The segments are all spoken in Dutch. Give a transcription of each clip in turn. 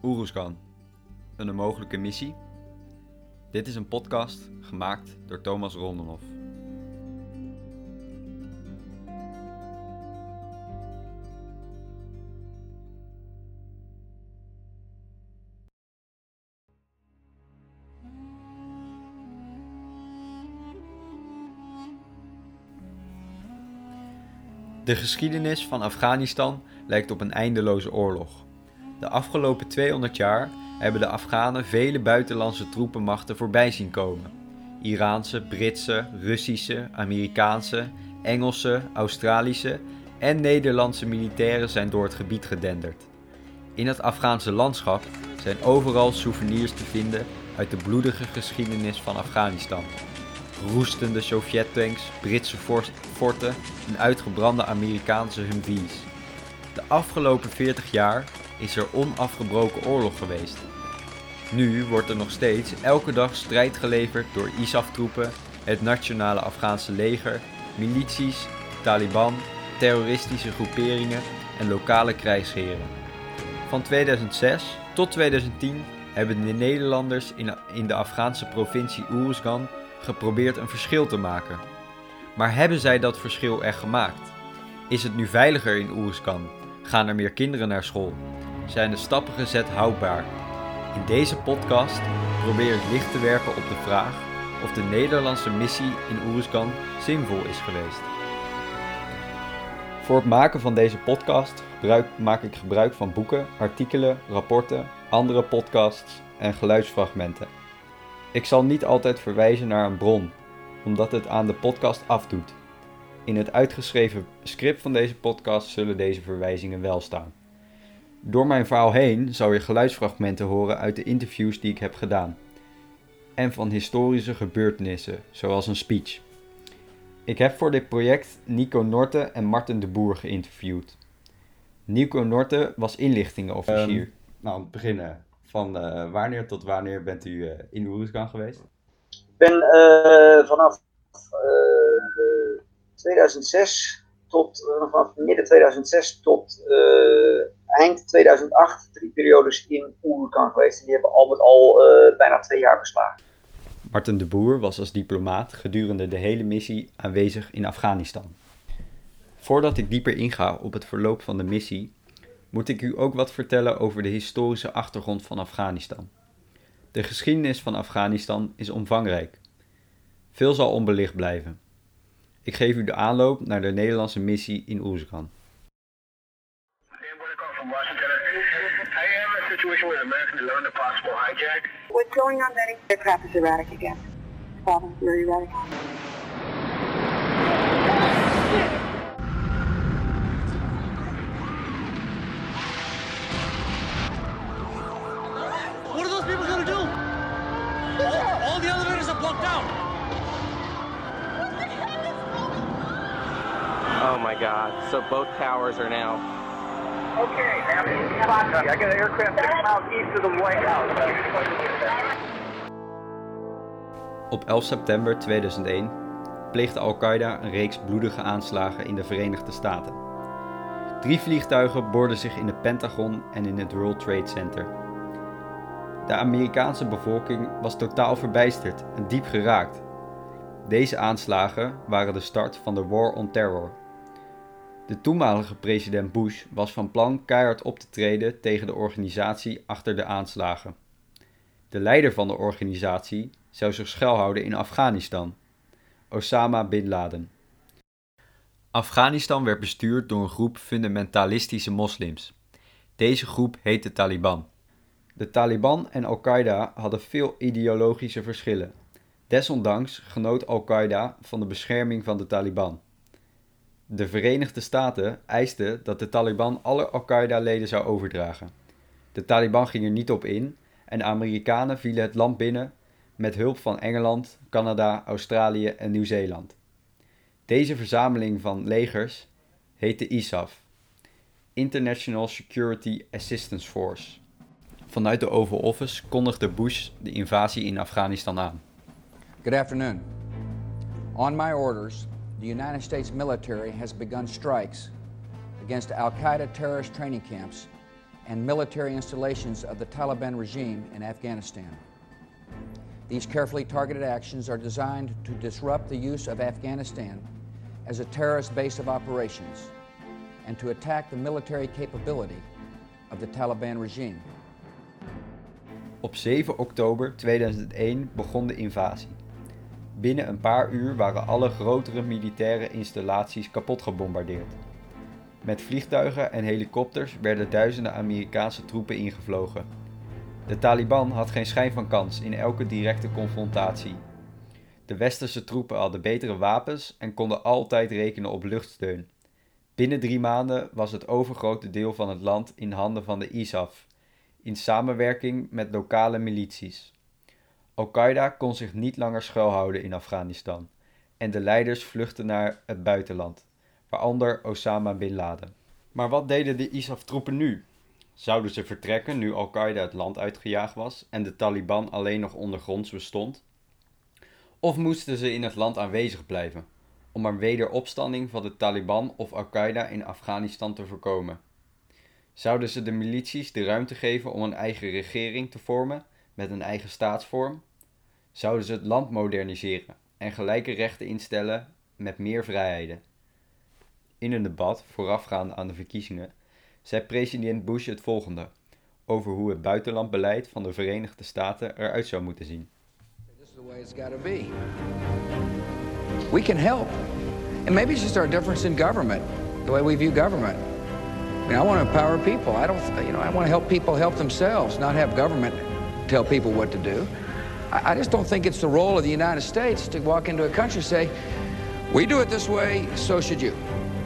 Uruzgan, een onmogelijke missie? Dit is een podcast gemaakt door Thomas Rondenhoff. De geschiedenis van Afghanistan lijkt op een eindeloze oorlog. De afgelopen 200 jaar hebben de Afghanen vele buitenlandse troepenmachten voorbij zien komen. Iraanse, Britse, Russische, Amerikaanse, Engelse, Australische en Nederlandse militairen zijn door het gebied gedenderd. In het Afghaanse landschap zijn overal souvenirs te vinden uit de bloedige geschiedenis van Afghanistan. Roestende Sovjet-tanks, Britse forten en uitgebrande Amerikaanse Humvees. De afgelopen 40 jaar is er onafgebroken oorlog geweest. Nu wordt er nog steeds elke dag strijd geleverd door ISAF-troepen, het nationale Afghaanse leger, milities, de Taliban, terroristische groeperingen en lokale krijgsheren. Van 2006 tot 2010 hebben de Nederlanders in de Afghaanse provincie Uruzgan geprobeerd een verschil te maken. Maar hebben zij dat verschil echt gemaakt? Is het nu veiliger in Uruzgan? Gaan er meer kinderen naar school? Zijn de stappen gezet houdbaar? In deze podcast probeer ik licht te werpen op de vraag of de Nederlandse missie in Uruzgan zinvol is geweest. Voor het maken van deze podcast maak ik gebruik van boeken, artikelen, rapporten, andere podcasts en geluidsfragmenten. Ik zal niet altijd verwijzen naar een bron, omdat het aan de podcast afdoet. In het uitgeschreven script van deze podcast zullen deze verwijzingen wel staan. Door mijn verhaal heen zal je geluidsfragmenten horen uit de interviews die ik heb gedaan. En van historische gebeurtenissen, zoals een speech. Ik heb voor dit project Nico Norte en Marten de Boer geïnterviewd. Nico Norte was inlichtingenofficier. Om te beginnen, van wanneer tot wanneer bent u in Uruzgan geweest? Ik ben vanaf 2006 vanaf midden 2006 tot eind 2008 3 periodes in Uruzgan geweest. En die hebben al met al bijna 2 jaar beslagen. Marten de Boer was als diplomaat gedurende de hele missie aanwezig in Afghanistan. Voordat ik dieper inga op het verloop van de missie, moet ik u ook wat vertellen over de historische achtergrond van Afghanistan. De geschiedenis van Afghanistan is omvangrijk. Veel zal onbelicht blijven. Ik geef u de aanloop naar de Nederlandse missie in Uruzgan. What's going on, Betty? The crap is erratic again. Problem, very erratic. What are those people gonna do? All the elevators are blocked out. Oh my God, so both towers are now. Okay, I got an aircraft 6 miles east of the White House. Op 11 september 2001 pleegde Al-Qaeda een reeks bloedige aanslagen in de Verenigde Staten. 3 vliegtuigen boorden zich in het Pentagon en in het World Trade Center. De Amerikaanse bevolking was totaal verbijsterd en diep geraakt. Deze aanslagen waren de start van de War on Terror. De toenmalige president Bush was van plan keihard op te treden tegen de organisatie achter de aanslagen. De leider van de organisatie zou zich schuilhouden in Afghanistan, Osama Bin Laden. Afghanistan werd bestuurd door een groep fundamentalistische moslims. Deze groep heet de Taliban. De Taliban en Al-Qaeda hadden veel ideologische verschillen. Desondanks genoot Al-Qaeda van de bescherming van de Taliban. De Verenigde Staten eisten dat de Taliban alle Al-Qaeda-leden zou overdragen. De Taliban ging er niet op in en de Amerikanen vielen het land binnen met hulp van Engeland, Canada, Australië en Nieuw-Zeeland. Deze verzameling van legers heette ISAF, International Security Assistance Force. Vanuit de Oval Office kondigde Bush de invasie in Afghanistan aan. Good afternoon. On my orders, the United States military has begun strikes against Al-Qaeda terrorist training camps and military installations of the Taliban regime in Afghanistan. These carefully targeted actions are designed to disrupt the use of Afghanistan as a terrorist base of operations and to attack the military capability of the Taliban regime. Op 7 oktober 2001 begon de invasie. Binnen een paar uur waren alle grotere militaire installaties kapot gebombardeerd. Met vliegtuigen en helikopters werden duizenden Amerikaanse troepen ingevlogen. De Taliban had geen schijn van kans in elke directe confrontatie. De westerse troepen hadden betere wapens en konden altijd rekenen op luchtsteun. Binnen 3 maanden was het overgrote deel van het land in handen van de ISAF, in samenwerking met lokale milities. Al-Qaeda kon zich niet langer schuilhouden in Afghanistan en de leiders vluchtten naar het buitenland, waaronder Osama Bin Laden. Maar wat deden de ISAF-troepen nu? Zouden ze vertrekken nu Al-Qaeda het land uitgejaagd was en de Taliban alleen nog ondergronds bestond? Of moesten ze in het land aanwezig blijven, om een wederopstanding van de Taliban of Al-Qaeda in Afghanistan te voorkomen? Zouden ze de milities de ruimte geven om een eigen regering te vormen met een eigen staatsvorm? Zouden ze het land moderniseren en gelijke rechten instellen met meer vrijheden? In een debat voorafgaand aan de verkiezingen zei president Bush het volgende over hoe het buitenlandbeleid van de Verenigde Staten eruit zou moeten zien. This is the way it's got to be. We can help. And maybe it's just our difference in government, the way we view government. I mean, I want to empower people. I want to help people help themselves, not have government tell people what to do. I just don't think it's the role of the United States to walk into a country and say, we do it this way, so should you.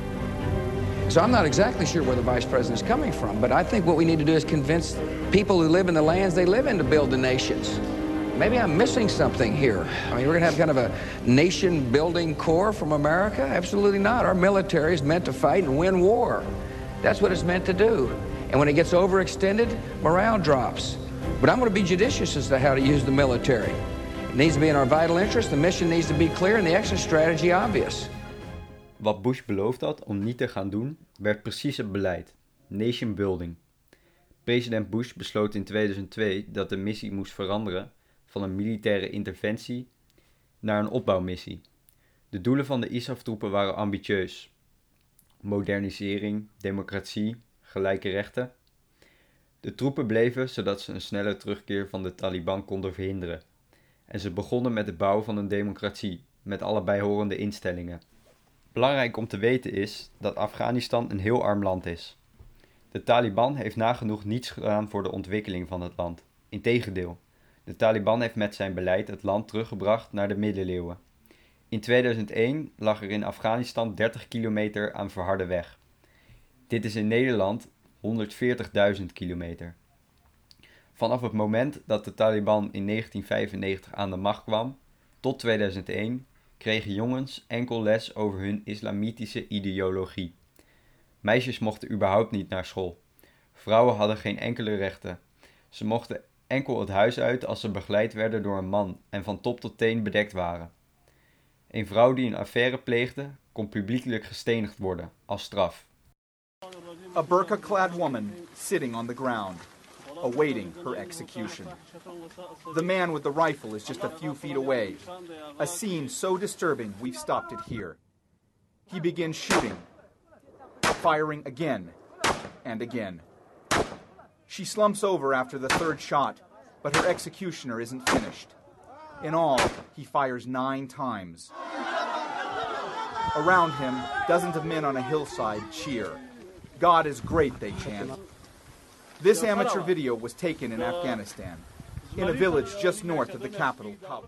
So I'm not exactly sure where the vice president is coming from, but I think what we need to do is convince people who live in the lands they live in to build the nations. Maybe I'm missing something here. I mean, we're going to have kind of a nation-building corps from America? Absolutely not. Our military is meant to fight and win war. That's what it's meant to do. And when it gets overextended, morale drops. But I'm going to be judicious as to how to use the military. It needs to be in our vital interest, the mission needs to be clear, and the exit strategy obvious. Wat Bush beloofd had om niet te gaan doen, werd precies het beleid: nation building. President Bush besloot in 2002 dat de missie moest veranderen van een militaire interventie naar een opbouwmissie. De doelen van de ISAF-troepen waren ambitieus: modernisering, democratie, gelijke rechten. De troepen bleven zodat ze een snelle terugkeer van de Taliban konden verhinderen. En ze begonnen met de bouw van een democratie, met alle bijhorende instellingen. Belangrijk om te weten is dat Afghanistan een heel arm land is. De Taliban heeft nagenoeg niets gedaan voor de ontwikkeling van het land. Integendeel, de Taliban heeft met zijn beleid het land teruggebracht naar de middeleeuwen. In 2001 lag er in Afghanistan 30 kilometer aan verharde weg. Dit is in Nederland 140.000 kilometer. Vanaf het moment dat de Taliban in 1995 aan de macht kwam, tot 2001, kregen jongens enkel les over hun islamitische ideologie. Meisjes mochten überhaupt niet naar school. Vrouwen hadden geen enkele rechten. Ze mochten enkel het huis uit als ze begeleid werden door een man en van top tot teen bedekt waren. Een vrouw die een affaire pleegde, kon publiekelijk gestenigd worden, als straf. A burqa-clad woman sitting on the ground, awaiting her execution. The man with the rifle is just a few feet away. A scene so disturbing we've stopped it here. He begins shooting, firing again and again. She slumps over after the 3rd shot, but her executioner isn't finished. In all, he fires 9 times. Around him, dozens of men on a hillside cheer. God is great, they chant. This amateur video was taken in Afghanistan, in a village just north of the capital, Kabul.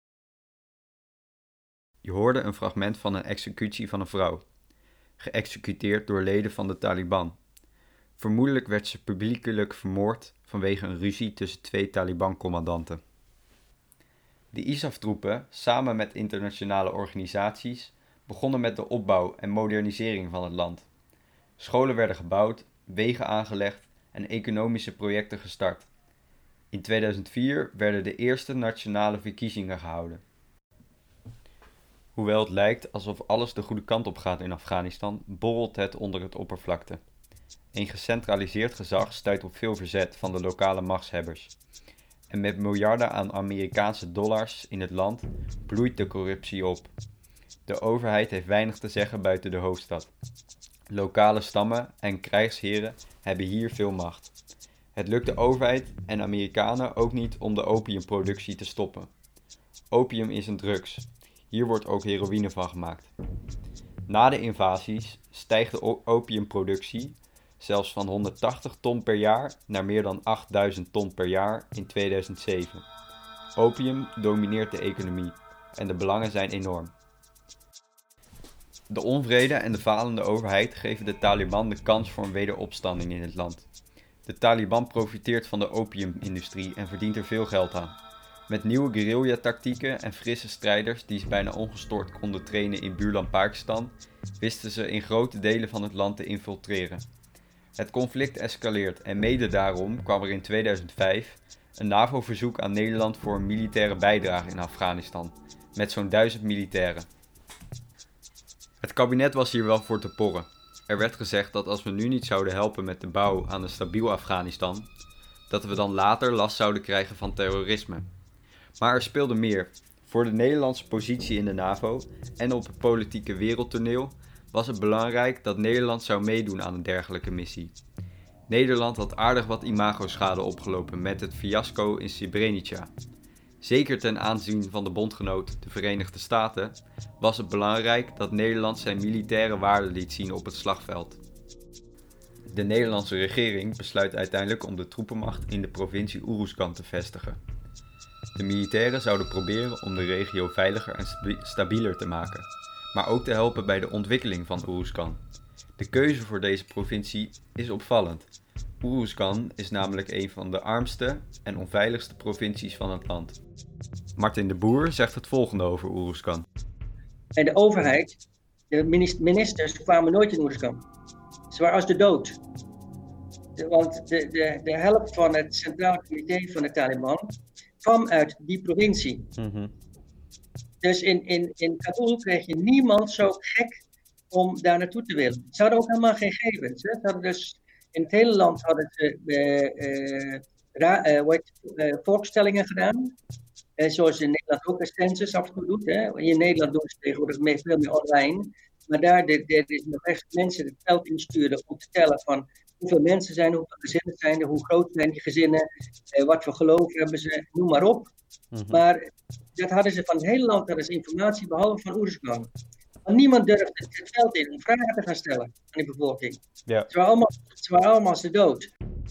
Je hoorde een fragment van een executie van een vrouw, geëxecuteerd door leden van de Taliban. Vermoedelijk werd ze publiekelijk vermoord vanwege een ruzie tussen 2 Taliban-commandanten. De ISAF-troepen, samen met internationale organisaties, begonnen met de opbouw en modernisering van het land. Scholen werden gebouwd, wegen aangelegd en economische projecten gestart. In 2004 werden de eerste nationale verkiezingen gehouden. Hoewel het lijkt alsof alles de goede kant op gaat in Afghanistan, borrelt het onder het oppervlakte. Een gecentraliseerd gezag stuit op veel verzet van de lokale machtshebbers. En met miljarden aan Amerikaanse dollars in het land bloeit de corruptie op. De overheid heeft weinig te zeggen buiten de hoofdstad. Lokale stammen en krijgsheren hebben hier veel macht. Het lukt de overheid en Amerikanen ook niet om de opiumproductie te stoppen. Opium is een drugs. Hier wordt ook heroïne van gemaakt. Na de invasies stijgt de opiumproductie zelfs van 180 ton per jaar naar meer dan 8000 ton per jaar in 2007. Opium domineert de economie en de belangen zijn enorm. De onvrede en de falende overheid geven de Taliban de kans voor een wederopstanding in het land. De Taliban profiteert van de opiumindustrie en verdient er veel geld aan. Met nieuwe guerrilla-tactieken en frisse strijders die ze bijna ongestoord konden trainen in buurland Pakistan, wisten ze in grote delen van het land te infiltreren. Het conflict escaleert en mede daarom kwam er in 2005 een NAVO-verzoek aan Nederland voor een militaire bijdrage in Afghanistan, met zo'n 1000 militairen. Het kabinet was hier wel voor te porren. Er werd gezegd dat als we nu niet zouden helpen met de bouw aan een stabiel Afghanistan, dat we dan later last zouden krijgen van terrorisme. Maar er speelde meer. Voor de Nederlandse positie in de NAVO en op het politieke wereldtoneel was het belangrijk dat Nederland zou meedoen aan een dergelijke missie. Nederland had aardig wat imagoschade opgelopen met het fiasco in Srebrenica. Zeker ten aanzien van de bondgenoot, de Verenigde Staten, was het belangrijk dat Nederland zijn militaire waarde liet zien op het slagveld. De Nederlandse regering besluit uiteindelijk om de troepenmacht in de provincie Uruzgan te vestigen. De militairen zouden proberen om de regio veiliger en stabieler te maken, maar ook te helpen bij de ontwikkeling van Uruzgan. De keuze voor deze provincie is opvallend. Uruzgan is namelijk een van de armste en onveiligste provincies van het land. Martin de Boer zegt het volgende over Uruzgan. En de overheid, de ministers kwamen nooit in Uruzgan. Ze waren als de dood. Want de helft van het Centraal Comité van de Taliban kwam uit die provincie. Dus in Kabul kreeg je niemand zo gek om daar naartoe te willen. Ze hadden ook helemaal geen gegevens. Ze hadden dus, in het hele land hadden ze volkstellingen gedaan. Zoals in Nederland ook een census af en toe doet. Hè. In Nederland doen ze tegenwoordig veel meer online. Maar daar is nog echt mensen het veld instuurden om te tellen van hoeveel mensen zijn er, hoeveel gezinnen zijn er, hoe groot zijn die gezinnen, wat voor geloof hebben ze, noem maar op. Maar dat hadden ze van het hele land, dat is informatie, behalve van Uruzgan. Want niemand durfde het veld in om vragen te gaan stellen aan die bevolking. Ja. Ze waren allemaal als de dood.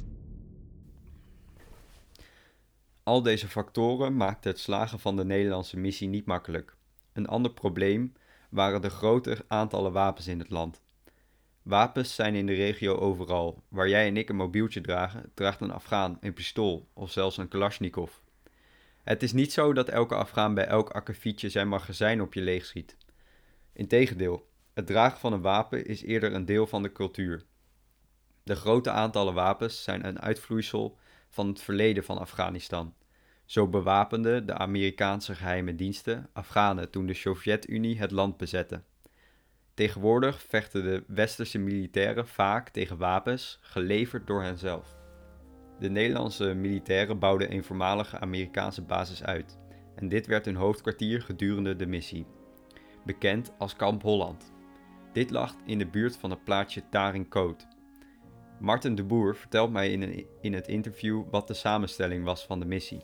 Al deze factoren maakten het slagen van de Nederlandse missie niet makkelijk. Een ander probleem waren de grote aantallen wapens in het land. Wapens zijn in de regio overal. Waar jij en ik een mobieltje dragen, draagt een Afghaan een pistool of zelfs een Kalashnikov. Het is niet zo dat elke Afghaan bij elk akkefietje zijn magazijn op je leeg schiet. Integendeel, het dragen van een wapen is eerder een deel van de cultuur. De grote aantallen wapens zijn een uitvloeisel van het verleden van Afghanistan. Zo bewapenden de Amerikaanse geheime diensten Afghanen toen de Sovjet-Unie het land bezette. Tegenwoordig vechten de westerse militairen vaak tegen wapens geleverd door henzelf. De Nederlandse militairen bouwden een voormalige Amerikaanse basis uit en dit werd hun hoofdkwartier gedurende de missie, bekend als Kamp Holland. Dit lag in de buurt van het plaatsje Tarin-Kot. Martin de Boer vertelt mij in het interview wat de samenstelling was van de missie.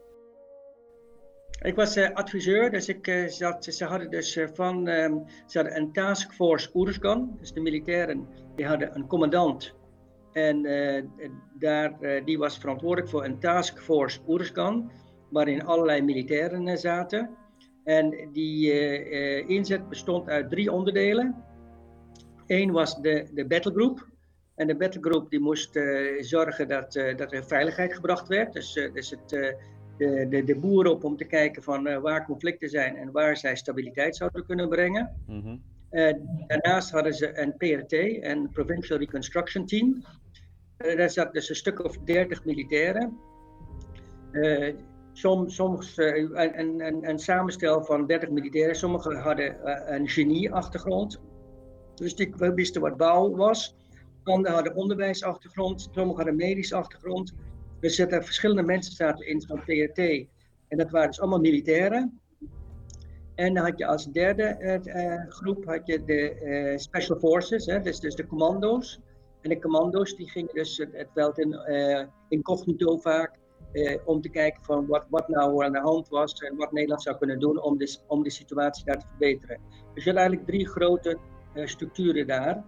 Ik was adviseur, dus ze hadden een taskforce Uruzgan, dus de militairen, die hadden een commandant. En die was verantwoordelijk voor een taskforce Uruzgan, waarin allerlei militairen zaten. En die inzet bestond uit 3 onderdelen. Eén was de battlegroup. En de battlegroup die moest zorgen dat er veiligheid gebracht werd. Dus de boeren op om te kijken van waar conflicten zijn en waar zij stabiliteit zouden kunnen brengen. Daarnaast hadden ze een PRT, een Provincial Reconstruction Team. Daar zat dus een stuk of 30 militairen. Soms een samenstel van 30 militairen. Sommigen hadden een genie-achtergrond. Dus die wisten wat bouw was. anderen hadden onderwijsachtergrond, sommigen hadden medische achtergrond. Dus er verschillende mensen zaten in zo'n PRT. En dat waren dus allemaal militairen. En dan had je als derde groep had je de Special Forces, dus de commando's. En de commando's die gingen dus het veld incognito vaak. Om te kijken van wat nou aan de hand was en wat Nederland zou kunnen doen om de situatie daar te verbeteren. Dus je had eigenlijk 3 grote structuren daar.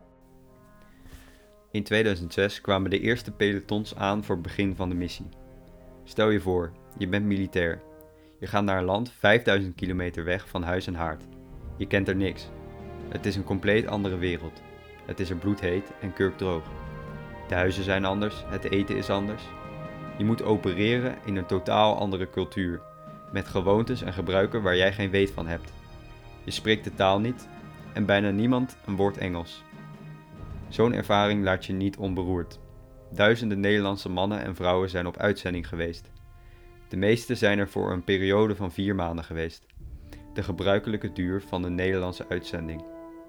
In 2006 kwamen de eerste pelotons aan voor het begin van de missie. Stel je voor, je bent militair. Je gaat naar een land 5000 kilometer weg van huis en haard. Je kent er niks. Het is een compleet andere wereld. Het is er bloedheet en kurkdroog. De huizen zijn anders, het eten is anders. Je moet opereren in een totaal andere cultuur, met gewoontes en gebruiken waar jij geen weet van hebt. Je spreekt de taal niet en bijna niemand een woord Engels. Zo'n ervaring laat je niet onberoerd. Duizenden Nederlandse mannen en vrouwen zijn op uitzending geweest. De meeste zijn er voor een periode van 4 maanden geweest. De gebruikelijke duur van de Nederlandse uitzending.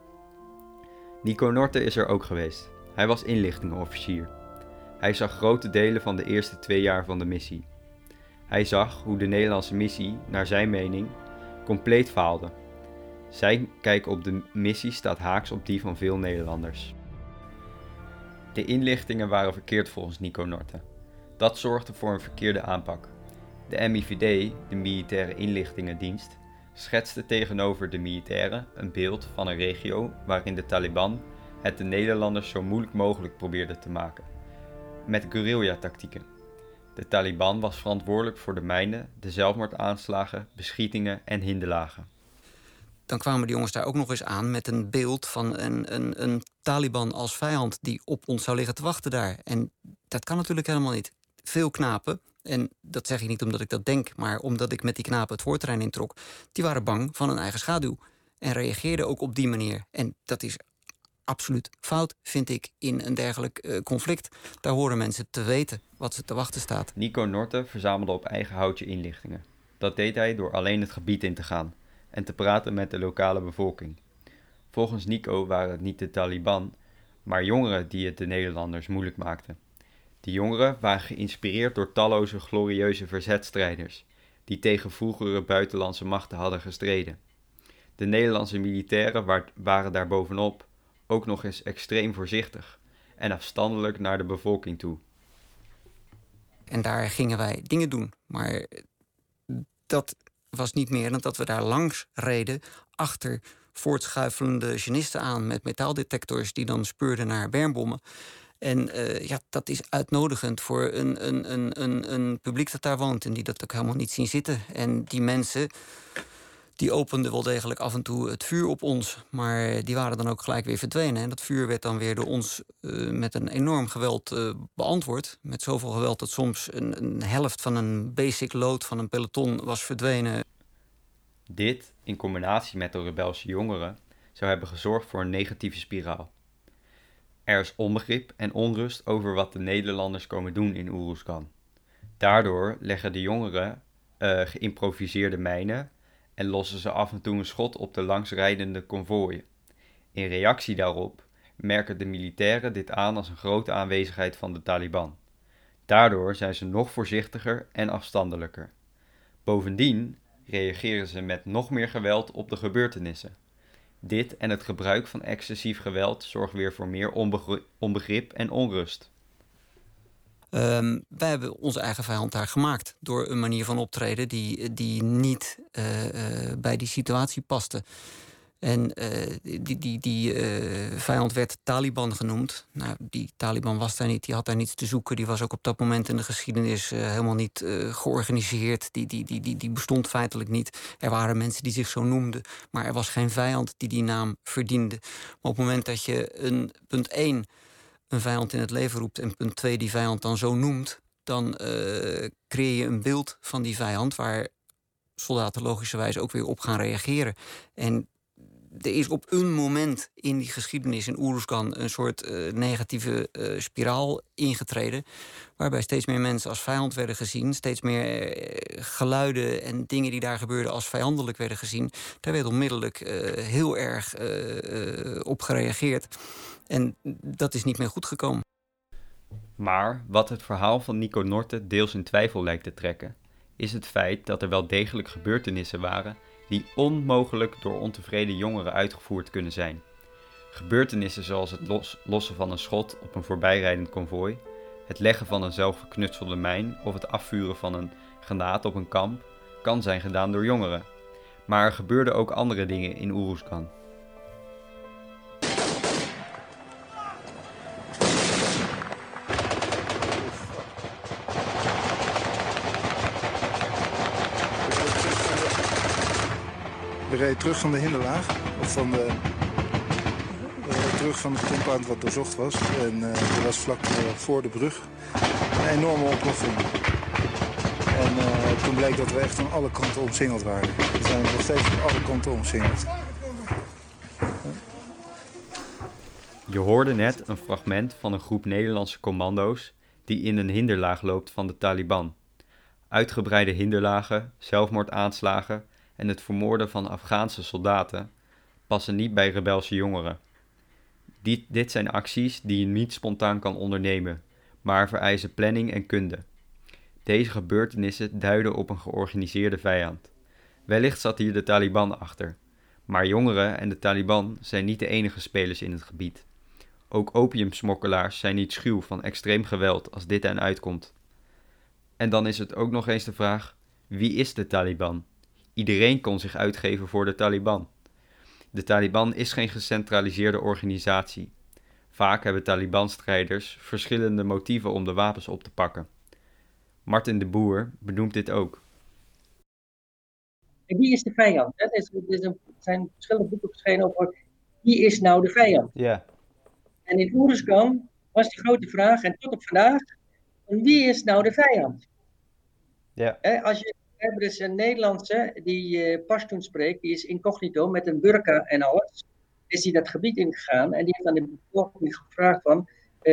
Nico Norte is er ook geweest. Hij was inlichtingenofficier. Hij zag grote delen van de eerste 2 jaar van de missie. Hij zag hoe de Nederlandse missie, naar zijn mening, compleet faalde. Zijn kijk op de missie staat haaks op die van veel Nederlanders. De inlichtingen waren verkeerd volgens Nico Norte. Dat zorgde voor een verkeerde aanpak. De MIVD, de Militaire Inlichtingendienst, schetste tegenover de militairen een beeld van een regio waarin de Taliban het de Nederlanders zo moeilijk mogelijk probeerde te maken. Met guerrilla-tactieken. De Taliban was verantwoordelijk voor de mijnen, de zelfmoordaanslagen, beschietingen en hinderlagen. Dan kwamen de jongens daar ook nog eens aan met een beeld van een Taliban als vijand die op ons zou liggen te wachten daar. En dat kan natuurlijk helemaal niet. Veel knapen, en dat zeg ik niet omdat ik dat denk, maar omdat ik met die knapen het voorterrein introk, die waren bang van hun eigen schaduw en reageerden ook op die manier. En dat is absoluut fout, vind ik, in een dergelijk conflict. Daar horen mensen te weten wat ze te wachten staat. Nico Norte verzamelde op eigen houtje inlichtingen. Dat deed hij door alleen het gebied in te gaan en te praten met de lokale bevolking. Volgens Nico waren het niet de Taliban, maar jongeren die het de Nederlanders moeilijk maakten. Die jongeren waren geïnspireerd door talloze glorieuze verzetstrijders die tegen vroegere buitenlandse machten hadden gestreden. De Nederlandse militairen waren daarbovenop ook nog eens extreem voorzichtig en afstandelijk naar de bevolking toe. En daar gingen wij dingen doen, maar dat was niet meer dan dat we daar langs reden achter voortschuifelende genisten aan met metaaldetectors die dan speurden naar bermbommen. En dat is uitnodigend voor een publiek dat daar woont en die dat ook helemaal niet zien zitten. En die mensen die openden wel degelijk af en toe het vuur op ons, maar die waren dan ook gelijk weer verdwenen. En dat vuur werd dan weer door ons met een enorm geweld beantwoord. Met zoveel geweld dat soms een helft van een basic load van een peloton was verdwenen. Dit, in combinatie met de rebelse jongeren, zou hebben gezorgd voor een negatieve spiraal. Er is onbegrip en onrust over wat de Nederlanders komen doen in Oeroesgan. Daardoor leggen de jongeren geïmproviseerde mijnen en lossen ze af en toe een schot op de langsrijdende konvooien. In reactie daarop merken de militairen dit aan als een grote aanwezigheid van de Taliban. Daardoor zijn ze nog voorzichtiger en afstandelijker. Bovendien reageren ze met nog meer geweld op de gebeurtenissen. Dit en het gebruik van excessief geweld zorgt weer voor meer onbegrip en onrust. Wij hebben onze eigen vijand daar gemaakt door een manier van optreden die niet bij die situatie paste. En die vijand werd Taliban genoemd. Nou, die Taliban was daar niet, die had daar niets te zoeken. Die was ook op dat moment in de geschiedenis helemaal niet georganiseerd. Die bestond feitelijk niet. Er waren mensen die zich zo noemden, maar er was geen vijand die naam verdiende. Maar op het moment dat je punt 1 een vijand in het leven roept en punt 2 die vijand dan zo noemt, dan creëer je een beeld van die vijand waar soldaten logischerwijs ook weer op gaan reageren. En er is op een moment in die geschiedenis in Uruzgan een soort negatieve spiraal ingetreden, waarbij steeds meer mensen als vijand werden gezien, steeds meer geluiden en dingen die daar gebeurden als vijandelijk werden gezien. Daar werd onmiddellijk heel erg op gereageerd. En dat is niet meer goed gekomen. Maar wat het verhaal van Nico Norte deels in twijfel lijkt te trekken, is het feit dat er wel degelijk gebeurtenissen waren die onmogelijk door ontevreden jongeren uitgevoerd kunnen zijn. Gebeurtenissen zoals het lossen van een schot op een voorbijrijdend konvooi, het leggen van een zelfgeknutselde mijn of het afvuren van een granaat op een kamp kan zijn gedaan door jongeren. Maar er gebeurden ook andere dingen in Uruzgan. We reden terug van de hinderlaag, of terug van het compound wat doorzocht was. En er was vlak voor de brug een enorme ontploffing. En toen bleek dat we echt aan alle kanten omsingeld waren. We zijn nog steeds aan alle kanten omsingeld. Je hoorde net een fragment van een groep Nederlandse commando's die in een hinderlaag loopt van de Taliban. Uitgebreide hinderlagen, zelfmoordaanslagen en het vermoorden van Afghaanse soldaten passen niet bij rebelse jongeren. Dit zijn acties die je niet spontaan kan ondernemen, maar vereisen planning en kunde. Deze gebeurtenissen duiden op een georganiseerde vijand. Wellicht zat hier de Taliban achter, maar jongeren en de Taliban zijn niet de enige spelers in het gebied. Ook opiumsmokkelaars zijn niet schuw van extreem geweld als dit aan uitkomt. En dan is het ook nog eens de vraag, wie is de Taliban? Iedereen kon zich uitgeven voor de Taliban. De Taliban is geen gecentraliseerde organisatie. Vaak hebben Taliban-strijders verschillende motieven om de wapens op te pakken. Martin de Boer benoemt dit ook. En wie is de vijand? Er zijn verschillende boeken verschenen over wie is nou de vijand? Ja. En in Uruzgan was de grote vraag, en tot op vandaag, wie is nou de vijand? Ja. We hebben dus een Nederlandse die Pashtun spreekt, die is incognito met een burka en alles. Is hij dat gebied ingegaan en die heeft aan de bevolking gevraagd van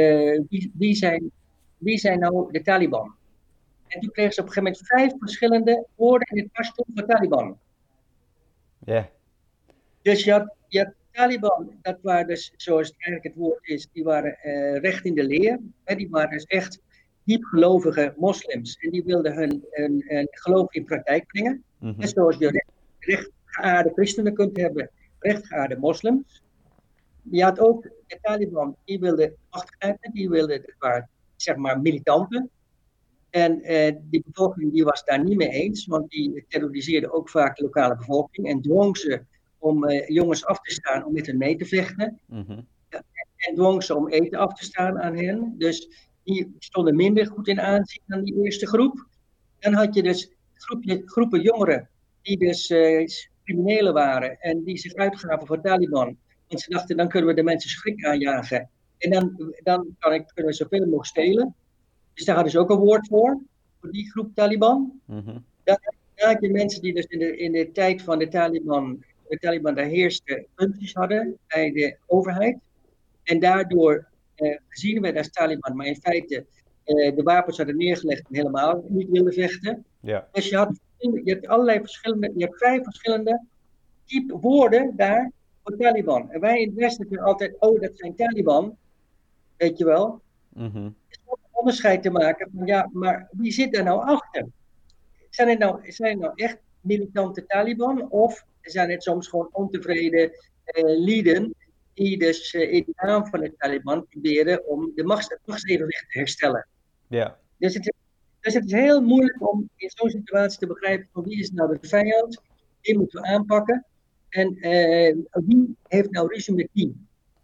wie zijn nou de Taliban? En toen kregen ze op een gegeven moment 5 verschillende woorden in het Pashtun voor Taliban. Ja. Dus je had Taliban, dat waren dus, zoals eigenlijk het woord is, die waren recht in de leer. Die waren dus echt diepgelovige moslims. En die wilden hun geloof in praktijk brengen. Mm-hmm. Net zoals je rechtgeaarde christenen kunt hebben, rechtgeaarde moslims. Je had ook de Taliban, die wilden macht grijpen, die waren zeg maar militanten. En die bevolking die was daar niet mee eens, want die terroriseerde ook vaak de lokale bevolking en dwong ze om jongens af te staan om met hen mee te vechten. Mm-hmm. En dwong ze om eten af te staan aan hen. Dus die stonden minder goed in aanzien dan die eerste groep. Dan had je dus groepen jongeren die dus criminelen waren en die zich uitgaven voor Taliban. Want ze dachten, dan kunnen we de mensen schrik aanjagen. En dan kunnen we zoveel mogelijk stelen. Dus daar hadden ze ook een woord voor die groep Taliban. Mm-hmm. Dan had je mensen die dus in de tijd van de Taliban daar heerste functies hadden bij de overheid. En daardoor gezien werd als Taliban, maar in feite de wapens hadden neergelegd en helemaal niet wilden vechten. Ja. Dus je had allerlei verschillende, je hebt 5 verschillende type woorden daar voor Taliban. En wij in het Westen zeggen altijd, oh dat zijn Taliban, weet je wel. Mm-hmm. Onderscheid te maken van ja, maar wie zit daar nou achter? Zijn het nou echt militante Taliban of zijn het soms gewoon ontevreden lieden die dus in de naam van de Taliban proberen om het machtsevenwicht te herstellen. Ja. Dus het is heel moeilijk om in zo'n situatie te begrijpen van wie is nou de vijand, wie moeten we aanpakken en wie heeft nou ruzie met wie.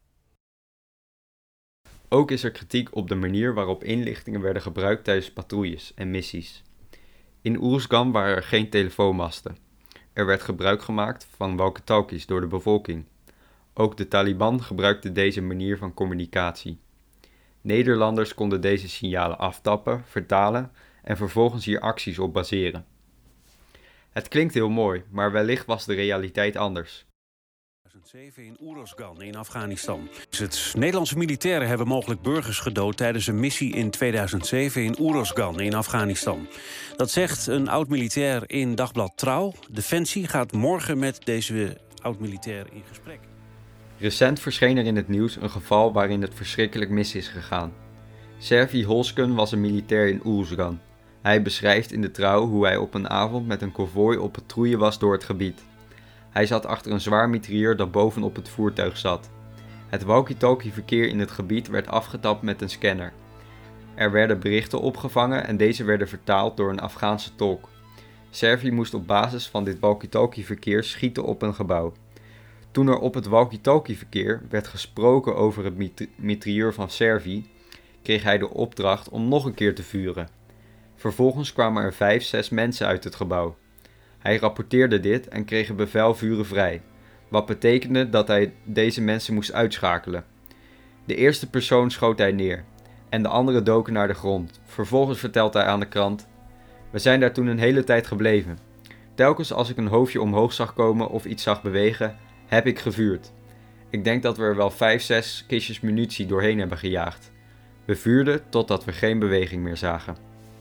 Ook is er kritiek op de manier waarop inlichtingen werden gebruikt tijdens patrouilles en missies. In Uruzgan waren er geen telefoonmasten. Er werd gebruik gemaakt van walkie-talkies door de bevolking. Ook de Taliban gebruikte deze manier van communicatie. Nederlanders konden deze signalen aftappen, vertalen en vervolgens hier acties op baseren. Het klinkt heel mooi, maar wellicht was de realiteit anders. 2007 in Uruzgan in Afghanistan. Het Nederlandse militairen hebben mogelijk burgers gedood tijdens een missie in 2007 in Uruzgan in Afghanistan. Dat zegt een oud-militair in dagblad Trouw. Defensie gaat morgen met deze oud-militair in gesprek. Recent verscheen er in het nieuws een geval waarin het verschrikkelijk mis is gegaan. Servi Holskun was een militair in Uruzgan. Hij beschrijft in de Trouw hoe hij op een avond met een konvooi op patrouille was door het gebied. Hij zat achter een zwaar mitrailleur dat bovenop het voertuig zat. Het walkie-talkie-verkeer in het gebied werd afgetapt met een scanner. Er werden berichten opgevangen en deze werden vertaald door een Afghaanse tolk. Servi moest op basis van dit walkie-talkie-verkeer schieten op een gebouw. Toen er op het walkie-talkie-verkeer werd gesproken over het mitrailleur van Servi, kreeg hij de opdracht om nog een keer te vuren. Vervolgens kwamen er 5-6 mensen uit het gebouw. Hij rapporteerde dit en kreeg het bevel vuren vrij, wat betekende dat hij deze mensen moest uitschakelen. De eerste persoon schoot hij neer en de anderen doken naar de grond. Vervolgens vertelt hij aan de krant: "We zijn daar toen een hele tijd gebleven. Telkens als ik een hoofdje omhoog zag komen of iets zag bewegen, heb ik gevuurd. Ik denk dat we er wel 5-6 kistjes munitie doorheen hebben gejaagd. We vuurden totdat we geen beweging meer zagen."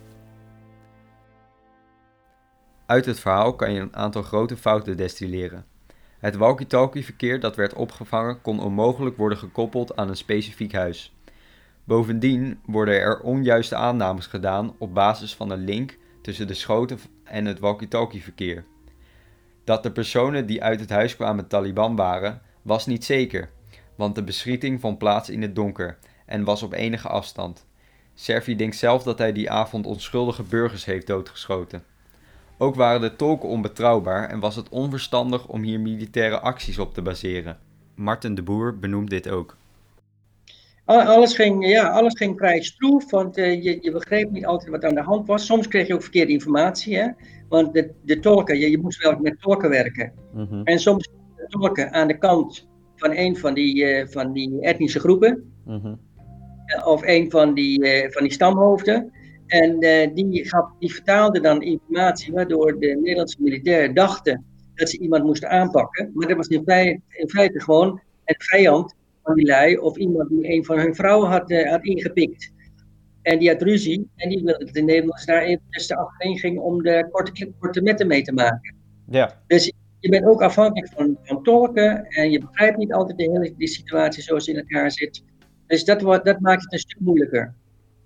Uit het verhaal kan je een aantal grote fouten destilleren. Het walkie-talkie-verkeer dat werd opgevangen kon onmogelijk worden gekoppeld aan een specifiek huis. Bovendien worden er onjuiste aannames gedaan op basis van een link tussen de schoten en het walkie-talkie-verkeer. Dat de personen die uit het huis kwamen Taliban waren, was niet zeker, want de beschieting vond plaats in het donker en was op enige afstand. Servi denkt zelf dat hij die avond onschuldige burgers heeft doodgeschoten. Ook waren de tolken onbetrouwbaar en was het onverstandig om hier militaire acties op te baseren. Marten de Boer benoemt dit ook. Alles ging vrij stroef, want je begreep niet altijd wat aan de hand was. Soms kreeg je ook verkeerde informatie, hè? Want de tolken, je moest wel met tolken werken. Mm-hmm. En soms de tolken aan de kant van een van die etnische groepen, mm-hmm. Of een van die stamhoofden. En die vertaalde dan informatie waardoor de Nederlandse militairen dachten dat ze iemand moesten aanpakken. Maar dat was in feite gewoon het vijand van die lui of iemand die een van hun vrouwen had ingepikt. En die had ruzie en die wilde dat de Nederlanders daar even tussen achterin gingen om de korte metten mee te maken. Ja. Dus je bent ook afhankelijk van tolken en je begrijpt niet altijd die situatie zoals in elkaar zit. Dus dat maakt het een stuk moeilijker.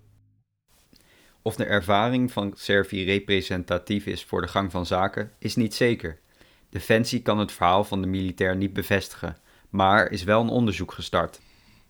Of de ervaring van Servi representatief is voor de gang van zaken, is niet zeker. Defensie kan het verhaal van de militair niet bevestigen, maar is wel een onderzoek gestart.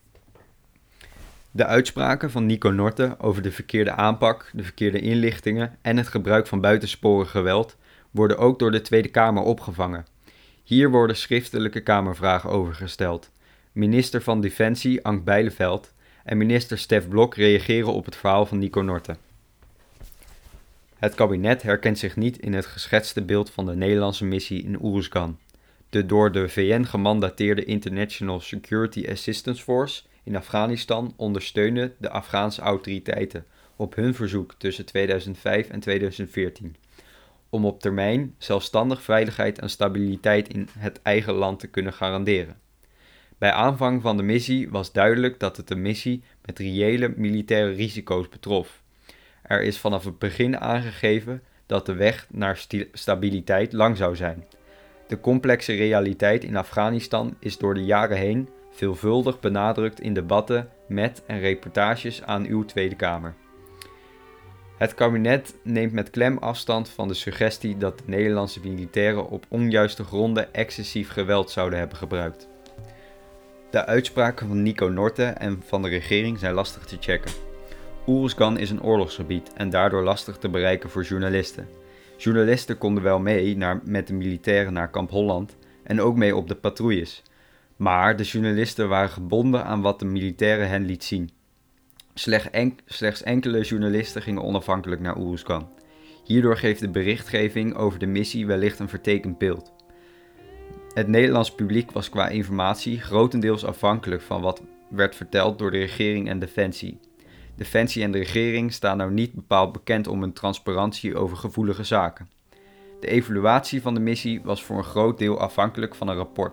De uitspraken van Nico Norte over de verkeerde aanpak, de verkeerde inlichtingen en het gebruik van buitensporig geweld worden ook door de Tweede Kamer opgevangen. Hier worden schriftelijke Kamervragen over gesteld. Minister van Defensie Ank Bijleveld en minister Stef Blok reageren op het verhaal van Nico Norte. Het kabinet herkent zich niet in het geschetste beeld van de Nederlandse missie in Uruzgan. De door de VN gemandateerde International Security Assistance Force in Afghanistan ondersteunde de Afghaanse autoriteiten op hun verzoek tussen 2005 en 2014, om op termijn zelfstandig veiligheid en stabiliteit in het eigen land te kunnen garanderen. Bij aanvang van de missie was duidelijk dat het een missie met reële militaire risico's betrof. Er is vanaf het begin aangegeven dat de weg naar stabiliteit lang zou zijn. De complexe realiteit in Afghanistan is door de jaren heen veelvuldig benadrukt in debatten met en reportages aan uw Tweede Kamer. Het kabinet neemt met klem afstand van de suggestie dat de Nederlandse militairen op onjuiste gronden excessief geweld zouden hebben gebruikt. De uitspraken van Nico Norte en van de regering zijn lastig te checken. Uruzgan is een oorlogsgebied en daardoor lastig te bereiken voor journalisten. Journalisten konden wel mee met de militairen naar Kamp Holland en ook mee op de patrouilles. Maar de journalisten waren gebonden aan wat de militairen hen liet zien. Slechts enkele journalisten gingen onafhankelijk naar Uruzgan. Hierdoor geeft de berichtgeving over de missie wellicht een vertekend beeld. Het Nederlands publiek was qua informatie grotendeels afhankelijk van wat werd verteld door de regering en Defensie. Defensie en de regering staan nou niet bepaald bekend om hun transparantie over gevoelige zaken. De evaluatie van de missie was voor een groot deel afhankelijk van een rapport,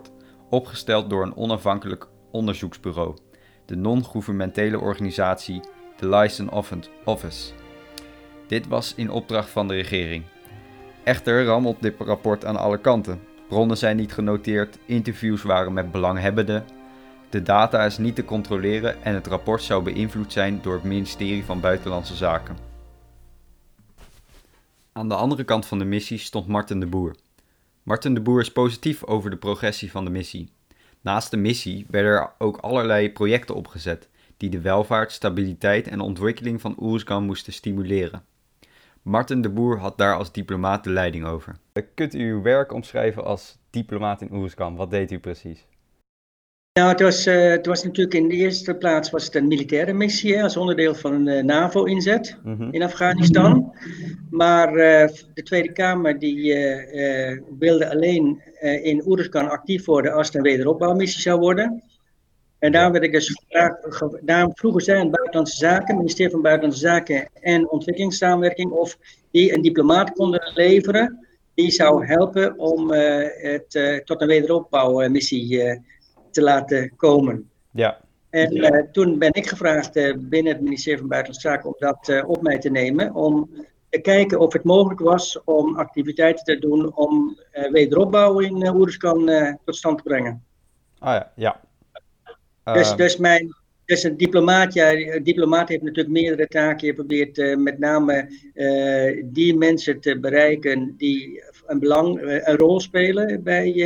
opgesteld door een onafhankelijk onderzoeksbureau, de non-governementele organisatie The Liaison Office. Dit was in opdracht van de regering. Echter rammelt dit rapport aan alle kanten. Bronnen zijn niet genoteerd, interviews waren met belanghebbenden, de data is niet te controleren en het rapport zou beïnvloed zijn door het ministerie van Buitenlandse Zaken. Aan de andere kant van de missie stond Marten de Boer. Marten de Boer is positief over de progressie van de missie. Naast de missie werden er ook allerlei projecten opgezet die de welvaart, stabiliteit en ontwikkeling van Oeruzgan moesten stimuleren. Marten de Boer had daar als diplomaat de leiding over. Kunt u uw werk omschrijven als diplomaat in Oeruzgan? Wat deed u precies? Nou, het was natuurlijk in de eerste plaats was het een militaire missie als onderdeel van een NAVO-inzet in Afghanistan. Maar de Tweede Kamer die wilde alleen in Oeruzgan actief worden als het een wederopbouwmissie zou worden. En daar werd ik dus daarom vroegen zij aan Buitenlandse Zaken, het ministerie van Buitenlandse Zaken en Ontwikkelingssamenwerking, of die een diplomaat konden leveren die zou helpen om het tot een wederopbouwmissie te laten komen. Ja. En toen ben ik gevraagd binnen het ministerie van Buitenlandse Zaken om dat op mij te nemen, om te kijken of het mogelijk was om activiteiten te doen om wederopbouw in Oeruzgan tot stand te brengen. Ah ja, ja. Dus een diplomaat, een diplomaat heeft natuurlijk meerdere taken. Je probeert met name die mensen te bereiken die een rol spelen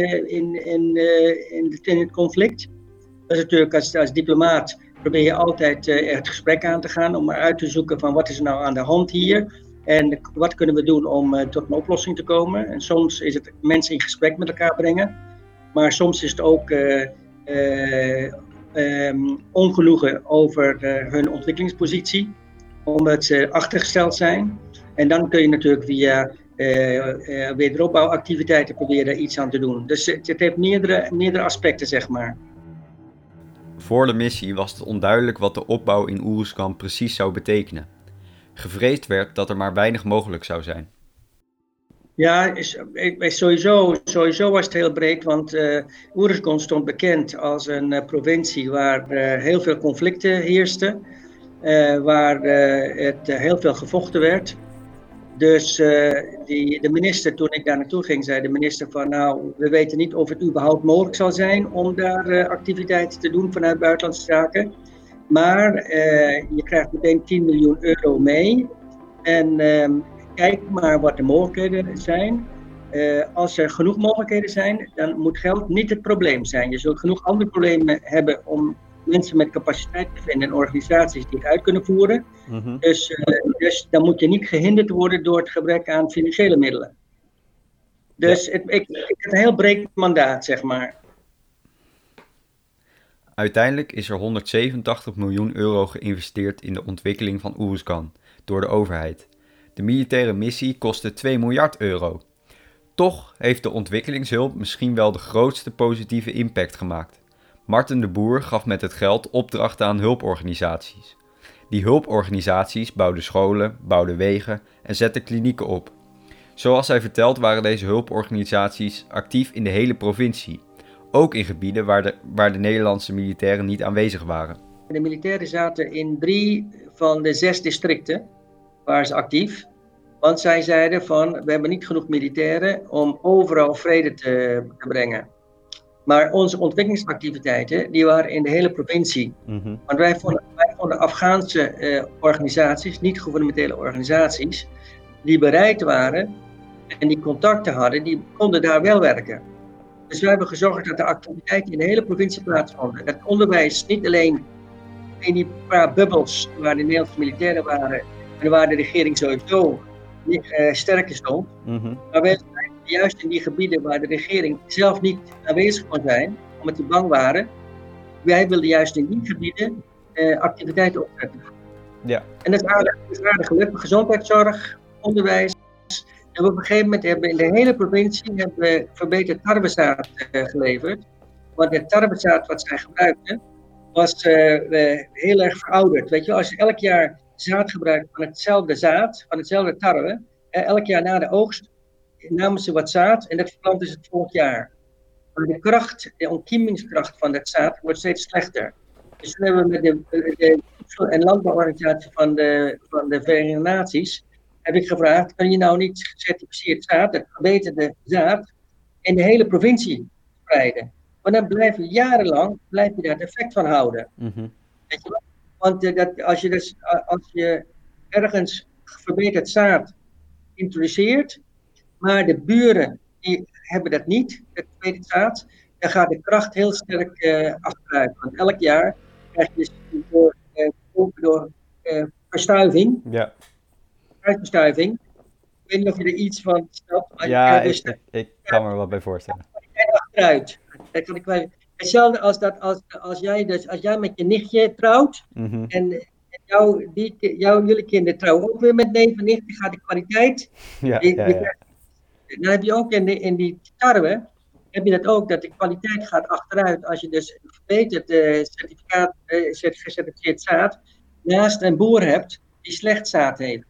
in het conflict. Dat is natuurlijk als diplomaat probeer je altijd het gesprek aan te gaan om uit te zoeken van wat is er nou aan de hand hier en wat kunnen we doen om tot een oplossing te komen. En soms is het mensen in gesprek met elkaar brengen, maar soms is het ook ongenoegen over hun ontwikkelingspositie, omdat ze achtergesteld zijn. En dan kun je natuurlijk via wederopbouwactiviteiten proberen iets aan te doen. Dus het heeft meerdere aspecten, zeg maar. Voor de missie was het onduidelijk wat de opbouw in Oeruzgan precies zou betekenen. Gevreesd werd dat er maar weinig mogelijk zou zijn. Ja, sowieso was het heel breed, want Oeruzgan stond bekend als een provincie waar heel veel conflicten heersten, waar het heel veel gevochten werd. Dus de minister, toen ik daar naartoe ging, zei de minister van nou, we weten niet of het überhaupt mogelijk zal zijn om daar activiteiten te doen vanuit Buitenlandse Zaken. Maar je krijgt meteen 10 miljoen euro mee en kijk maar wat de mogelijkheden zijn. Als er genoeg mogelijkheden zijn, dan moet geld niet het probleem zijn. Je zult genoeg andere problemen hebben om mensen met capaciteit te vinden en organisaties die het uit kunnen voeren. Dus dan moet je niet gehinderd worden door het gebrek aan financiële middelen. Dus ik heb een heel breed mandaat, zeg maar. Uiteindelijk is er 187 miljoen euro geïnvesteerd in de ontwikkeling van Oeruzgan door de overheid. De militaire missie kostte 2 miljard euro. Toch heeft de ontwikkelingshulp misschien wel de grootste positieve impact gemaakt. Marten de Boer gaf met het geld opdrachten aan hulporganisaties. Die hulporganisaties bouwden scholen, bouwden wegen en zetten klinieken op. Zoals hij vertelt waren deze hulporganisaties actief in de hele provincie. Ook in gebieden waar de Nederlandse militairen niet aanwezig waren. De militairen zaten in 3 van de 6 districten, waren ze actief. Want zij zeiden van, we hebben niet genoeg militairen om overal vrede te brengen. Maar onze ontwikkelingsactiviteiten, die waren in de hele provincie. Want wij vonden Afghaanse organisaties, niet-gouvernementele organisaties, die bereid waren en die contacten hadden, die konden daar wel werken. Dus wij hebben gezorgd dat de activiteiten in de hele provincie plaatsvonden. Het onderwijs niet alleen in die paar bubbels waar de Nederlandse militairen waren en waar de regering sowieso niet sterk stond, maar wij zijn juist in die gebieden waar de regering zelf niet aanwezig kon zijn, omdat die bang waren, wij wilden juist in die gebieden activiteiten opzetten. Ja. En dat is aardig gelukt. Gezondheidszorg, onderwijs. En op een gegeven moment hebben we in de hele provincie verbeterd tarwezaad geleverd. Want het tarwezaad wat zij gebruikten was heel erg verouderd. Weet je, als je elk jaar zaad gebruikt van hetzelfde zaad, van hetzelfde tarwe, elk jaar na de oogst namen ze wat zaad en dat verplanten ze het volgend jaar. Maar de kracht, de ontkiemingskracht van dat zaad wordt steeds slechter. Dus toen hebben we met de Voedsel- en Landbouworganisatie van de Verenigde Naties, heb ik gevraagd, kan je nou niet gecertificeerd zaad, het verbeterde zaad, in de hele provincie spreiden? Want dan blijf je jarenlang daar het effect van houden. Mhm. Weet je wel? Want als je ergens verbeterd zaad introduceert, maar de buren die hebben dat niet, het verbeterd zaad, dan gaat de kracht heel sterk achteruit. Want elk jaar krijg je dus door verstuiving, kruisbestuiving. Ik weet niet of je er iets van snapt. Maar Ja, ik kan me er wat bij voorstellen. Achteruit. Dat kan ik wel. Hetzelfde als jij met je nichtje trouwt en jullie kinderen trouwen ook weer met neef en nicht, dan gaat de kwaliteit. Dan heb je ook in die tarwe, heb je dat ook, dat de kwaliteit gaat achteruit als je dus verbeterd gecertificeerd zaad naast een boer hebt die slecht zaad heeft.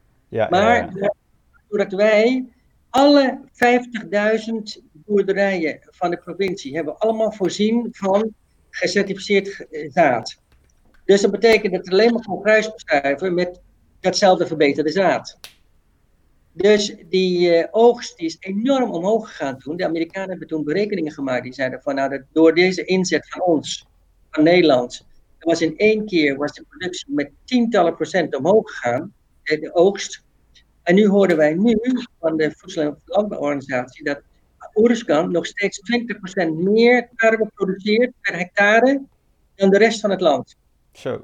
Doordat wij alle 50.000 boerderijen van de provincie hebben allemaal voorzien van gecertificeerd zaad. Dus dat betekent dat er alleen maar kon kruisbestuiven met datzelfde verbeterde zaad. Dus die oogst die is enorm omhoog gegaan toen. De Amerikanen hebben toen berekeningen gemaakt. Die zeiden van nou, door deze inzet van ons, van Nederland, was in 1 keer de productie met tientallen procent omhoog gegaan, de oogst. En nu hoorden wij van de Voedsel- en Landbouworganisatie dat Oeruzgan nog steeds 20% meer tarwe produceert per hectare dan de rest van het land. Zo.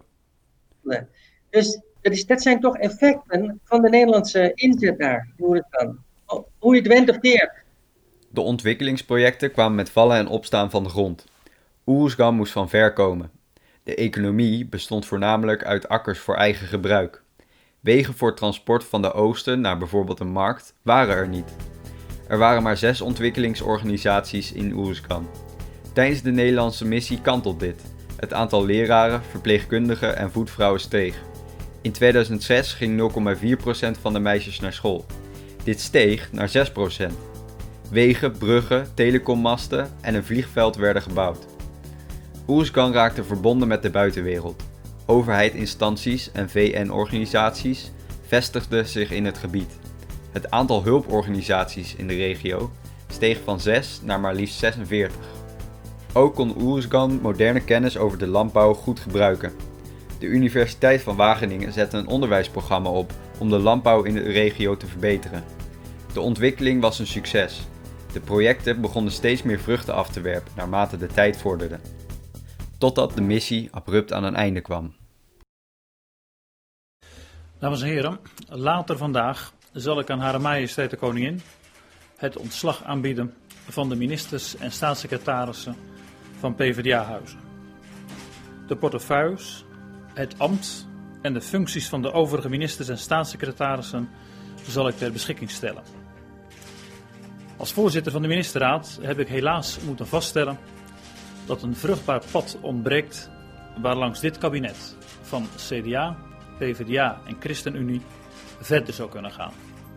Dus dat zijn toch effecten van de Nederlandse inzet daar, Oeruzgan. Hoe je het went of keert. De ontwikkelingsprojecten kwamen met vallen en opstaan van de grond. Oeruzgan moest van ver komen. De economie bestond voornamelijk uit akkers voor eigen gebruik. Wegen voor transport van de oosten naar bijvoorbeeld een markt waren er niet. Er waren maar 6 ontwikkelingsorganisaties in Oeruzgan. Tijdens de Nederlandse missie kantelt dit. Het aantal leraren, verpleegkundigen en voetvrouwen steeg. In 2006 ging 0,4% van de meisjes naar school. Dit steeg naar 6%. Wegen, bruggen, telecommasten en een vliegveld werden gebouwd. Oeruzgan raakte verbonden met de buitenwereld. Overheidsinstanties en VN-organisaties vestigden zich in het gebied. Het aantal hulporganisaties in de regio steeg van 6 naar maar liefst 46. Ook kon Oeruzgan moderne kennis over de landbouw goed gebruiken. De Universiteit van Wageningen zette een onderwijsprogramma op om de landbouw in de regio te verbeteren. De ontwikkeling was een succes. De projecten begonnen steeds meer vruchten af te werpen naarmate de tijd vorderde. Totdat de missie abrupt aan een einde kwam. Dames en heren, later vandaag zal ik aan Hare Majesteit de Koningin het ontslag aanbieden van de ministers en staatssecretarissen van PvdA-huizen. De portefeuilles, het ambt en de functies van de overige ministers en staatssecretarissen zal ik ter beschikking stellen. Als voorzitter van de ministerraad heb ik helaas moeten vaststellen dat een vruchtbaar pad ontbreekt waarlangs dit kabinet van CDA, PvdA en ChristenUnie verder zou kunnen gaan.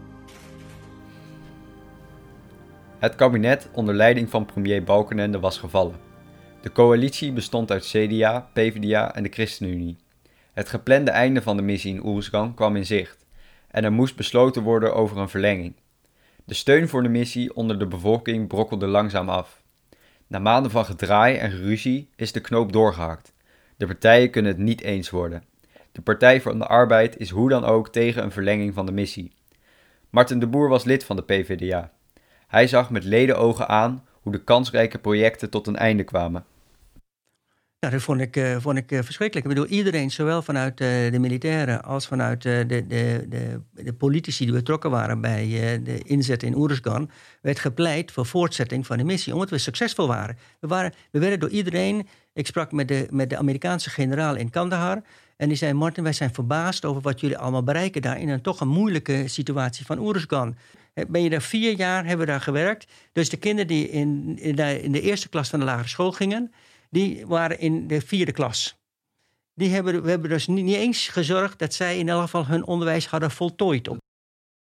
Het kabinet onder leiding van premier Balkenende was gevallen. De coalitie bestond uit CDA, PvdA en de ChristenUnie. Het geplande einde van de missie in Oeruzgan kwam in zicht en er moest besloten worden over een verlenging. De steun voor de missie onder de bevolking brokkelde langzaam af. Na maanden van gedraai en geruzie is de knoop doorgehakt. De partijen kunnen het niet eens worden. De Partij van de Arbeid is hoe dan ook tegen een verlenging van de missie. Marten de Boer was lid van de PvdA. Hij zag met ledenogen aan hoe de kansrijke projecten tot een einde kwamen. Ja, dat vond ik verschrikkelijk. Ik bedoel, iedereen, zowel vanuit de militairen als vanuit de politici die betrokken waren bij de inzet in Oeruzgan, werd gepleit voor voortzetting van de missie, omdat we succesvol waren. We werden door iedereen. Ik sprak met de Amerikaanse generaal in Kandahar en die zei: Martin, wij zijn verbaasd over wat jullie allemaal bereiken daar in een toch een moeilijke situatie van Oeruzgan. Ben je daar 4 jaar, hebben we daar gewerkt. Dus de kinderen die in de eerste klas van de lagere school gingen, die waren in de 4e klas. We hebben dus niet eens gezorgd dat zij in elk geval hun onderwijs hadden voltooid.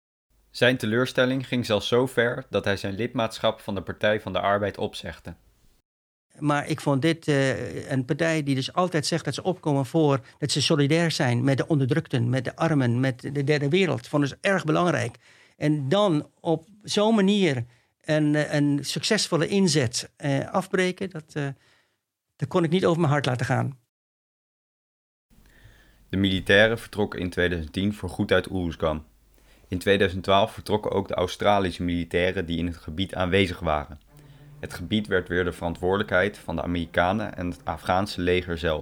Zijn teleurstelling ging zelfs zo ver dat hij zijn lidmaatschap van de Partij van de Arbeid opzegde. Maar ik vond dit een partij die dus altijd zegt dat ze opkomen voor... dat ze solidair zijn met de onderdrukten, met de armen, met de derde wereld. Vond ze erg belangrijk. En dan op zo'n manier een succesvolle inzet afbreken... dat kon ik niet over mijn hart laten gaan. De militairen vertrokken in 2010 voorgoed uit Uruzgan. In 2012 vertrokken ook de Australische militairen die in het gebied aanwezig waren. Het gebied werd weer de verantwoordelijkheid van de Amerikanen en het Afghaanse leger zelf.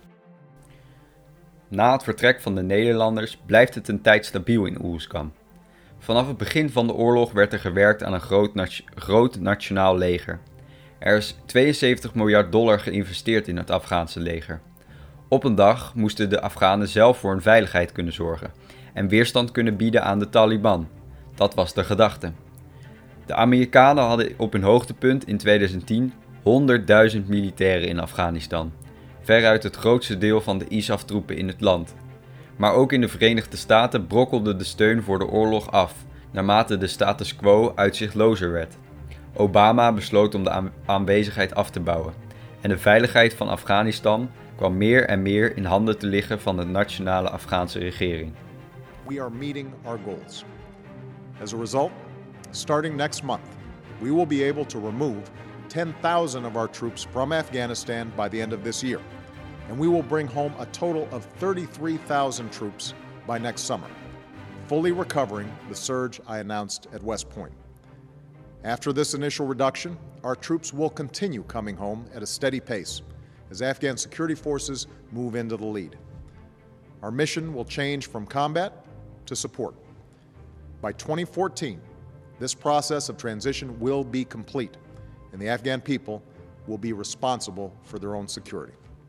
Na het vertrek van de Nederlanders blijft het een tijd stabiel in Uruzgan. Vanaf het begin van de oorlog werd er gewerkt aan een groot nationaal leger. Er is $72 miljard geïnvesteerd in het Afghaanse leger. Op een dag moesten de Afghanen zelf voor hun veiligheid kunnen zorgen en weerstand kunnen bieden aan de Taliban. Dat was de gedachte. De Amerikanen hadden op hun hoogtepunt in 2010 100.000 militairen in Afghanistan. Veruit het grootste deel van de ISAF-troepen in het land. Maar ook in de Verenigde Staten brokkelde de steun voor de oorlog af, naarmate de status quo uitzichtlozer werd. Obama besloot om de aanwezigheid af te bouwen en de veiligheid van Afghanistan kwam meer en meer in handen te liggen van de nationale Afghaanse regering. We are meeting our goals. As a result, starting next month, we will be able to remove 10,000 of our troops from Afghanistan by the end of this year. And we will bring home a total of 33,000 troops by next summer, fully recovering the surge I announced at West Point. After this initial reduction, our troops will continue coming home at a steady pace as Afghan security forces move into the lead. Our mission will change from combat to support. By 2014, this process of transition will be complete, and the Afghan people will be responsible for their own security.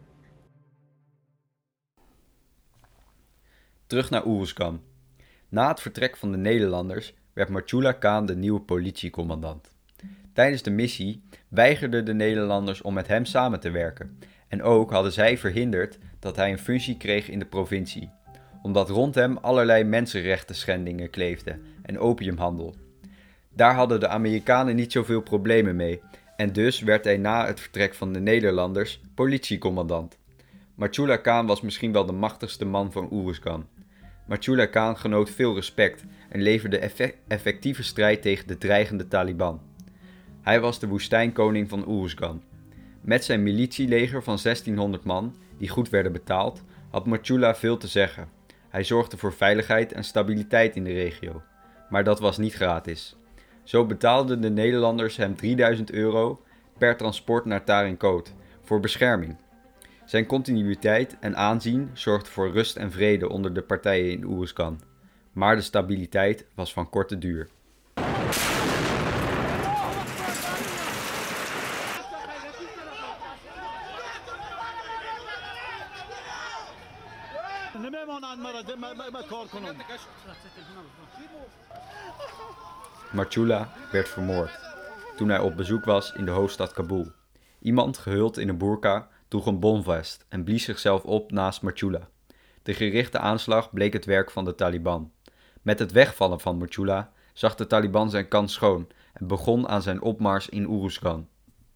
Terug naar Uruzgan. Na het vertrek van de Nederlanders werd Marchullah Khan de nieuwe politiecommandant. Tijdens de missie weigerden de Nederlanders om met hem samen te werken. En ook hadden zij verhinderd dat hij een functie kreeg in de provincie, omdat rond hem allerlei mensenrechtenschendingen kleefden en opiumhandel. Daar hadden de Amerikanen niet zoveel problemen mee en dus werd hij na het vertrek van de Nederlanders politiecommandant. Marchullah Khan was misschien wel de machtigste man van Uruzgan. Marchullah Khan genoot veel respect en leverde effectieve strijd tegen de dreigende Taliban. Hij was de woestijnkoning van Uruzgan. Met zijn militieleger van 1600 man, die goed werden betaald, had Marchullah veel te zeggen. Hij zorgde voor veiligheid en stabiliteit in de regio. Maar dat was niet gratis. Zo betaalden de Nederlanders hem €3000 per transport naar Tarinkot voor bescherming. Zijn continuïteit en aanzien zorgden voor rust en vrede onder de partijen in Uruzgan. Maar de stabiliteit was van korte duur. Marchullah werd vermoord toen hij op bezoek was in de hoofdstad Kabul. Iemand gehuld in een boerka droeg een bomvest en blies zichzelf op naast Marchullah. De gerichte aanslag bleek het werk van de Taliban. Met het wegvallen van Marchullah zag de Taliban zijn kans schoon en begon aan zijn opmars in Uruzgan.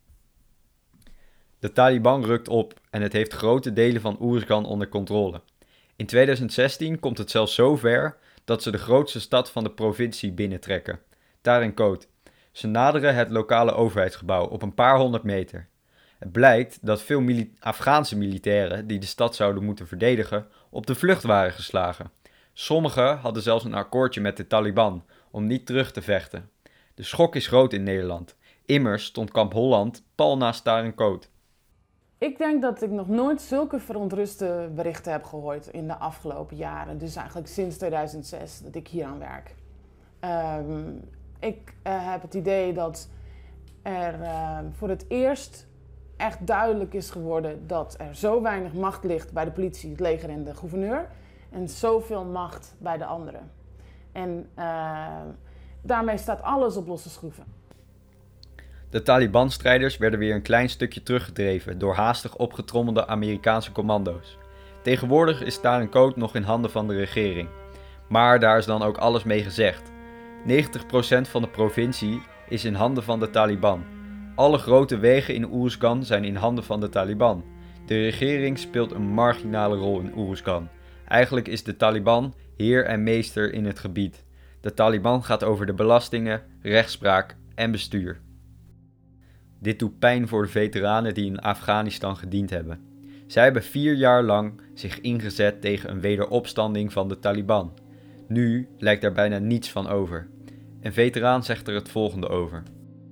De Taliban rukt op en het heeft grote delen van Uruzgan onder controle. In 2016 komt het zelfs zo ver dat ze de grootste stad van de provincie binnentrekken, Tarinkot. Ze naderen het lokale overheidsgebouw op een paar 100 meter. Het blijkt dat veel Afghaanse militairen die de stad zouden moeten verdedigen op de vlucht waren geslagen. Sommigen hadden zelfs een akkoordje met de Taliban om niet terug te vechten. De schok is groot in Nederland. Immers stond kamp Holland pal naast Tarinkot. Ik denk dat ik nog nooit zulke verontruste berichten heb gehoord in de afgelopen jaren. Dus eigenlijk sinds 2006 dat ik hier aan werk. Ik heb het idee dat er voor het eerst echt duidelijk is geworden dat er zo weinig macht ligt bij de politie, het leger en de gouverneur. En zoveel macht bij de anderen. En daarmee staat alles op losse schroeven. De Taliban-strijders werden weer een klein stukje teruggedreven door haastig opgetrommelde Amerikaanse commando's. Tegenwoordig is Tarinkot nog in handen van de regering. Maar daar is dan ook alles mee gezegd. 90% van de provincie is in handen van de Taliban. Alle grote wegen in Uruzgan zijn in handen van de Taliban. De regering speelt een marginale rol in Uruzgan. Eigenlijk is de Taliban heer en meester in het gebied. De Taliban gaat over de belastingen, rechtspraak en bestuur. Dit doet pijn voor de veteranen die in Afghanistan gediend hebben. Zij hebben 4 jaar lang zich ingezet tegen een wederopstanding van de Taliban. Nu lijkt daar bijna niets van over. Een veteraan zegt er het volgende over.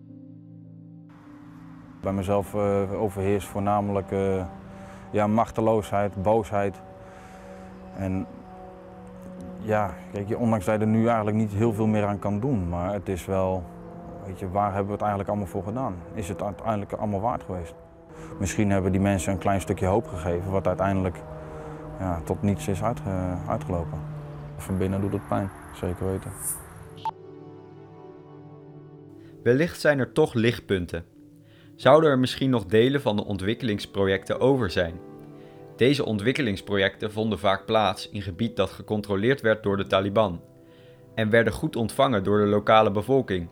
Bij mezelf overheerst voornamelijk machteloosheid, boosheid. En ja, kijk, ondanks dat je er nu eigenlijk niet heel veel meer aan kan doen, maar het is wel, weet je, waar hebben we het eigenlijk allemaal voor gedaan? Is het uiteindelijk allemaal waard geweest? Misschien hebben die mensen een klein stukje hoop gegeven, wat uiteindelijk tot niets is uitgelopen. Van binnen doet het pijn, zeker weten. Wellicht zijn er toch lichtpunten. Zouden er misschien nog delen van de ontwikkelingsprojecten over zijn? Deze ontwikkelingsprojecten vonden vaak plaats in gebied dat gecontroleerd werd door de Taliban en werden goed ontvangen door de lokale bevolking.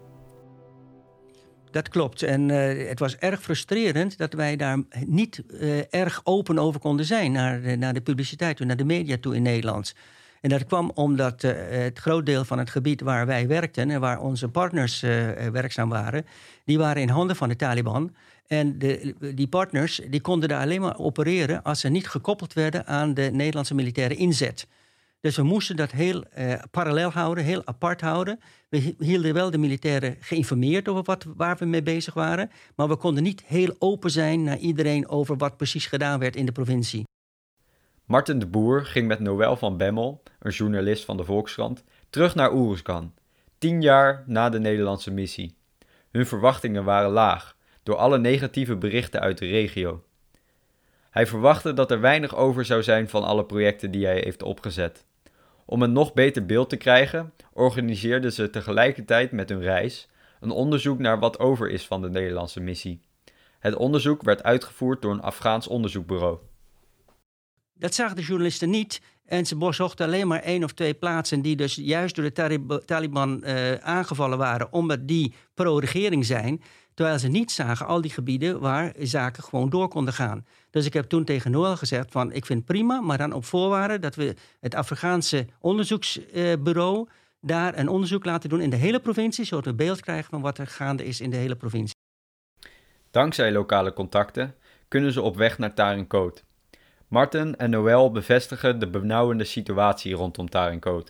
Dat klopt. En het was erg frustrerend dat wij daar niet erg open over konden zijn naar de publiciteit toe, naar de media toe in Nederland. En dat kwam omdat het groot deel van het gebied waar wij werkten en waar onze partners werkzaam waren, die waren in handen van de Taliban. En die partners die konden daar alleen maar opereren als ze niet gekoppeld werden aan de Nederlandse militaire inzet. Dus we moesten dat heel parallel houden, heel apart houden. We hielden wel de militairen geïnformeerd over waar we mee bezig waren, maar we konden niet heel open zijn naar iedereen over wat precies gedaan werd in de provincie. Marten de Boer ging met Noël van Bemmel, een journalist van de Volkskrant, terug naar Uruzgan, 10 jaar na de Nederlandse missie. Hun verwachtingen waren laag, door alle negatieve berichten uit de regio. Hij verwachtte dat er weinig over zou zijn van alle projecten die hij heeft opgezet. Om een nog beter beeld te krijgen, organiseerden ze tegelijkertijd met hun reis een onderzoek naar wat over is van de Nederlandse missie. Het onderzoek werd uitgevoerd door een Afghaans onderzoekbureau. Dat zagen de journalisten niet en ze zochten alleen maar 1 of 2 plaatsen die dus juist door de Taliban aangevallen waren omdat die pro-regering zijn, terwijl ze niet zagen al die gebieden waar zaken gewoon door konden gaan. Dus ik heb toen tegen Noël gezegd van ik vind het prima, maar dan op voorwaarde dat we het Afghaanse onderzoeksbureau daar een onderzoek laten doen in de hele provincie, zodat we beeld krijgen van wat er gaande is in de hele provincie. Dankzij lokale contacten kunnen ze op weg naar Tarinkot. Marten en Noël bevestigen de benauwende situatie rondom Tarinkot.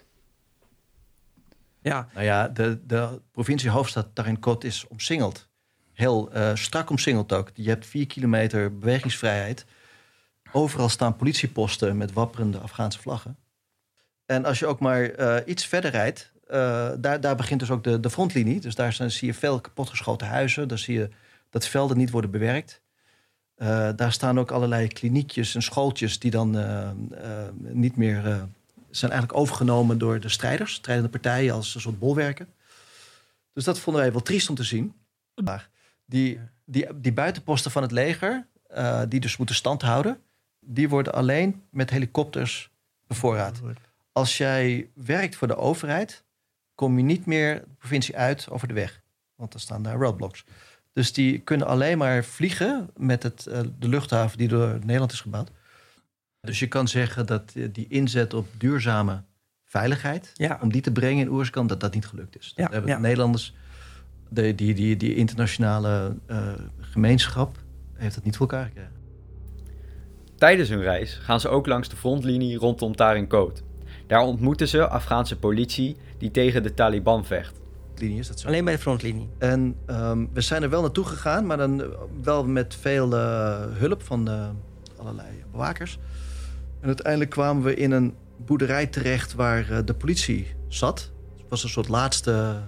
Ja, nou ja, de provinciehoofdstad Tarinkot is omsingeld. Heel strak omsingeld ook. Je hebt 4 kilometer bewegingsvrijheid. Overal staan politieposten met wapperende Afghaanse vlaggen. En als je ook maar iets verder rijdt, daar begint dus ook de frontlinie. Dus daar zie je veel kapotgeschoten huizen. Daar zie je dat velden niet worden bewerkt. Daar staan ook allerlei kliniekjes en schooltjes die dan niet meer zijn eigenlijk overgenomen door de strijdende partijen als een soort bolwerken. Dus dat vonden wij wel triest om te zien. Die buitenposten van het leger, die dus moeten stand houden, die worden alleen met helikopters bevoorraad. Als jij werkt voor de overheid, kom je niet meer de provincie uit over de weg. Want er staan daar roadblocks. Dus die kunnen alleen maar vliegen met de luchthaven die door Nederland is gebouwd. Dus je kan zeggen dat die inzet op duurzame veiligheid, om die te brengen in Uruzgan, dat niet gelukt is. Dat hebben de Nederlanders, die internationale gemeenschap, heeft het niet voor elkaar gekregen. Tijdens hun reis gaan ze ook langs de frontlinie rondom Tarinkot. Daar ontmoeten ze Afghaanse politie die tegen de Taliban vecht. Is dat zo? Alleen bij de frontlinie. En we zijn er wel naartoe gegaan, maar dan wel met veel hulp van allerlei bewakers. En uiteindelijk kwamen we in een boerderij terecht waar de politie zat. Het was een soort laatste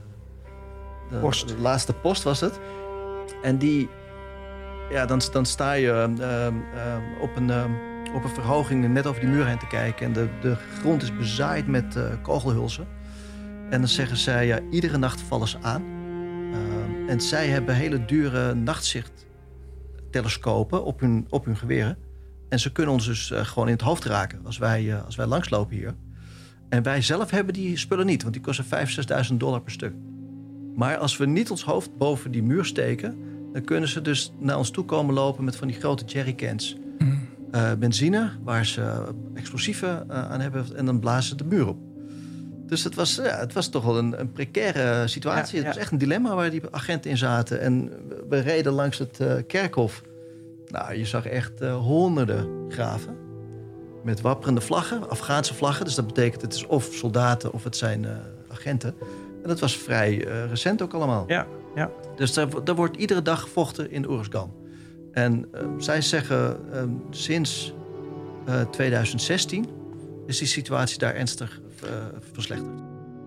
post was het. En dan sta je op een verhoging net over die muur heen te kijken. En de grond is bezaaid met kogelhulzen. En dan zeggen zij, iedere nacht vallen ze aan. En zij hebben hele dure nachtzichttelescopen op hun geweren. En ze kunnen ons dus gewoon in het hoofd raken als wij langslopen hier. En wij zelf hebben die spullen niet, want die kosten $5.000-6.000 per stuk. Maar als we niet ons hoofd boven die muur steken, dan kunnen ze dus naar ons toe komen lopen met van die grote jerrycans. Benzine, waar ze explosieven aan hebben, en dan blazen ze de muur op. Dus het was toch wel een precaire situatie. Ja, ja. Het was echt een dilemma waar die agenten in zaten. En we reden langs het kerkhof. Nou, je zag echt honderden graven. Met wapperende vlaggen, Afghaanse vlaggen. Dus dat betekent het is of soldaten of het zijn agenten. En dat was vrij recent ook allemaal. Ja, ja. Dus daar wordt iedere dag gevochten in Uruzgan. En zij zeggen sinds 2016 is die situatie daar ernstig verslechterd.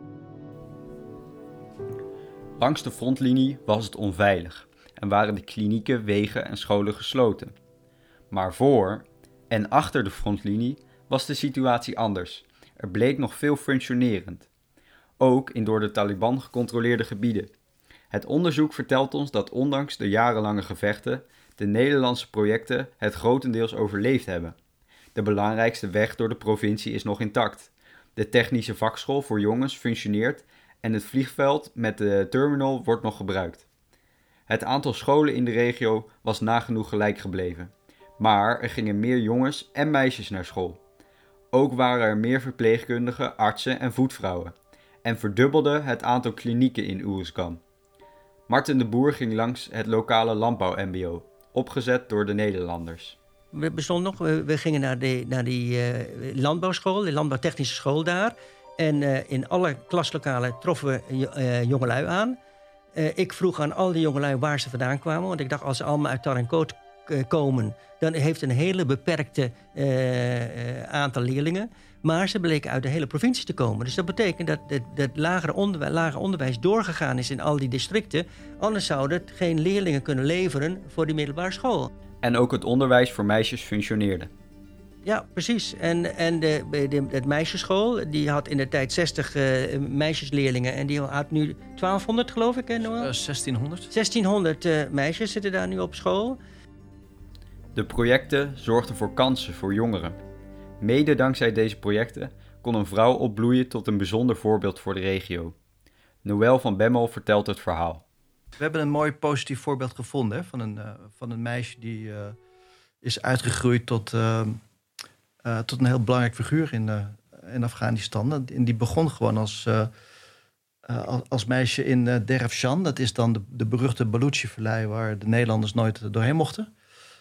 Langs de frontlinie was het onveilig en waren de klinieken, wegen en scholen gesloten. Maar voor en achter de frontlinie was de situatie anders. Er bleek nog veel functionerend. Ook in door de Taliban gecontroleerde gebieden. Het onderzoek vertelt ons dat ondanks de jarenlange gevechten de Nederlandse projecten het grotendeels overleefd hebben. De belangrijkste weg door de provincie is nog intact. De technische vakschool voor jongens functioneert en het vliegveld met de terminal wordt nog gebruikt. Het aantal scholen in de regio was nagenoeg gelijk gebleven. Maar er gingen meer jongens en meisjes naar school. Ook waren er meer verpleegkundigen, artsen en voetvrouwen. En verdubbelde het aantal klinieken in Uruzgan. Martin de Boer ging langs het lokale landbouw-mbo, opgezet door de Nederlanders. We bestonden nog, we gingen naar die landbouwschool, de landbouwtechnische school daar. En in alle klaslokalen troffen we jongelui aan. Ik vroeg aan al die jongelui waar ze vandaan kwamen. Want ik dacht, als ze allemaal uit Tarinkot komen, dan heeft een hele beperkte aantal leerlingen. Maar ze bleken uit de hele provincie te komen. Dus dat betekent dat het lager onderwijs doorgegaan is in al die districten. Anders zouden het geen leerlingen kunnen leveren voor die middelbare school. En ook het onderwijs voor meisjes functioneerde. Ja, precies. En het meisjesschool, die had in de tijd 60 meisjesleerlingen. En die had nu 1200, geloof ik. 1600. 1600 meisjes zitten daar nu op school. De projecten zorgden voor kansen voor jongeren. Mede dankzij deze projecten kon een vrouw opbloeien tot een bijzonder voorbeeld voor de regio. Noël van Bemmel vertelt het verhaal. We hebben een mooi positief voorbeeld gevonden hè, van een meisje die is uitgegroeid tot een heel belangrijk figuur in Afghanistan. En die begon gewoon als meisje in Derafshan. Dat is dan de beruchte Baluchi-vallei waar de Nederlanders nooit doorheen mochten.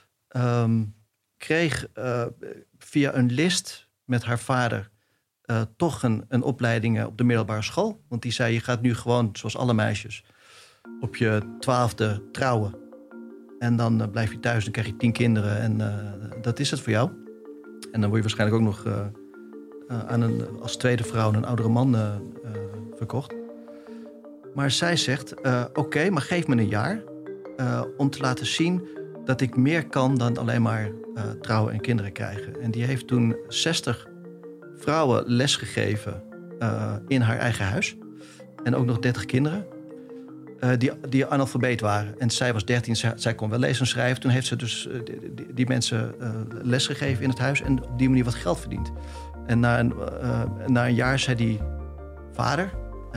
Kreeg via een list met haar vader toch een opleiding op de middelbare school. Want die zei, je gaat nu gewoon, zoals alle meisjes, op je 12e trouwen. En dan blijf je thuis en krijg je 10 kinderen en dat is het voor jou. En dan word je waarschijnlijk ook nog als tweede vrouw een oudere man verkocht. Maar zij zegt, oké, maar geef me een jaar om te laten zien dat ik meer kan dan alleen maar trouwen en kinderen krijgen. En die heeft toen 60 vrouwen lesgegeven in haar eigen huis. En ook nog 30 kinderen. Die analfabeet waren. En zij was 13, zij kon wel lezen en schrijven. Toen heeft ze dus die mensen lesgegeven in het huis en op die manier wat geld verdiend. En na een jaar zei die vader,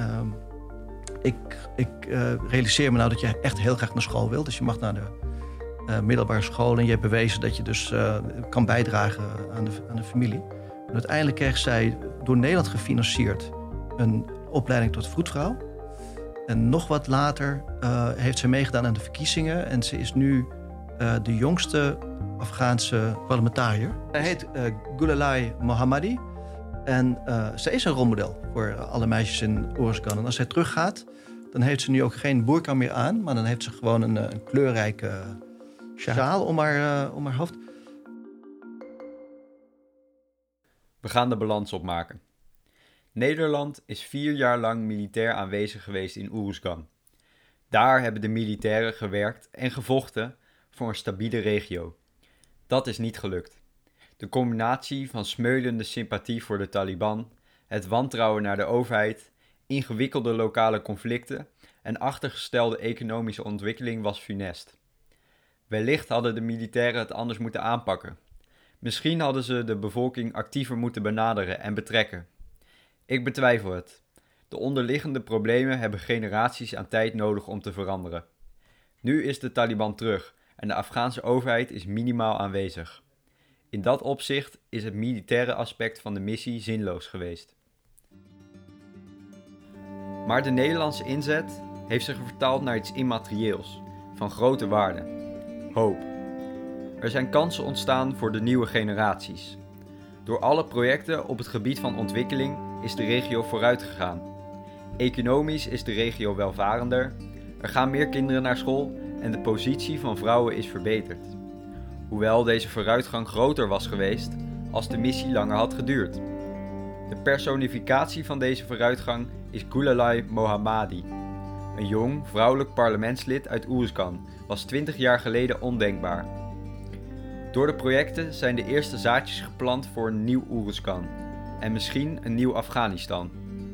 ik realiseer me nou dat je echt heel graag naar school wilt. Dus je mag naar de middelbare school en je hebt bewezen dat je dus kan bijdragen aan de familie. En uiteindelijk kreeg zij door Nederland gefinancierd een opleiding tot vroedvrouw. En nog wat later heeft ze meegedaan aan de verkiezingen. En ze is nu de jongste Afghaanse parlementariër. Zij heet Gulalai Mohammadi. En zij is een rolmodel voor alle meisjes in Uruzgan. En als zij teruggaat, dan heeft ze nu ook geen boerka meer aan. Maar dan heeft ze gewoon een kleurrijke sjaal om haar hoofd. We gaan de balans opmaken. Nederland is 4 jaar lang militair aanwezig geweest in Uruzgan. Daar hebben de militairen gewerkt en gevochten voor een stabiele regio. Dat is niet gelukt. De combinatie van smeulende sympathie voor de Taliban, het wantrouwen naar de overheid, ingewikkelde lokale conflicten en achtergestelde economische ontwikkeling was funest. Wellicht hadden de militairen het anders moeten aanpakken. Misschien hadden ze de bevolking actiever moeten benaderen en betrekken. Ik betwijfel het. De onderliggende problemen hebben generaties aan tijd nodig om te veranderen. Nu is de Taliban terug en de Afghaanse overheid is minimaal aanwezig. In dat opzicht is het militaire aspect van de missie zinloos geweest. Maar de Nederlandse inzet heeft zich vertaald naar iets immaterieels, van grote waarde: hoop. Er zijn kansen ontstaan voor de nieuwe generaties. Door alle projecten op het gebied van ontwikkeling is de regio vooruit gegaan. Economisch is de regio welvarender, er gaan meer kinderen naar school en de positie van vrouwen is verbeterd. Hoewel deze vooruitgang groter was geweest als de missie langer had geduurd. De personificatie van deze vooruitgang is Gulalai Mohammadi. Een jong, vrouwelijk parlementslid uit Uruzgan was 20 jaar geleden ondenkbaar. Door de projecten zijn de eerste zaadjes geplant voor een nieuw Uruzgan en misschien een nieuw Afghanistan.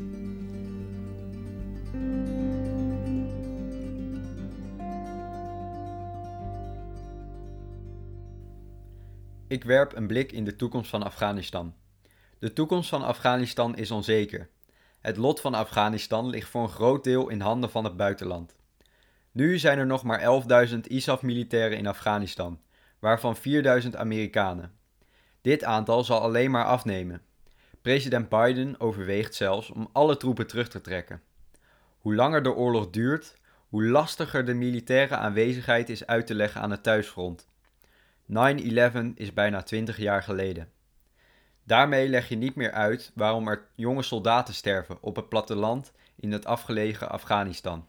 Ik werp een blik in de toekomst van Afghanistan. De toekomst van Afghanistan is onzeker. Het lot van Afghanistan ligt voor een groot deel in handen van het buitenland. Nu zijn er nog maar 11.000 ISAF-militairen in Afghanistan, waarvan 4.000 Amerikanen. Dit aantal zal alleen maar afnemen. President Biden overweegt zelfs om alle troepen terug te trekken. Hoe langer de oorlog duurt, hoe lastiger de militaire aanwezigheid is uit te leggen aan het thuisfront. 9/11 is bijna 20 jaar geleden. Daarmee leg je niet meer uit waarom er jonge soldaten sterven op het platteland in het afgelegen Afghanistan.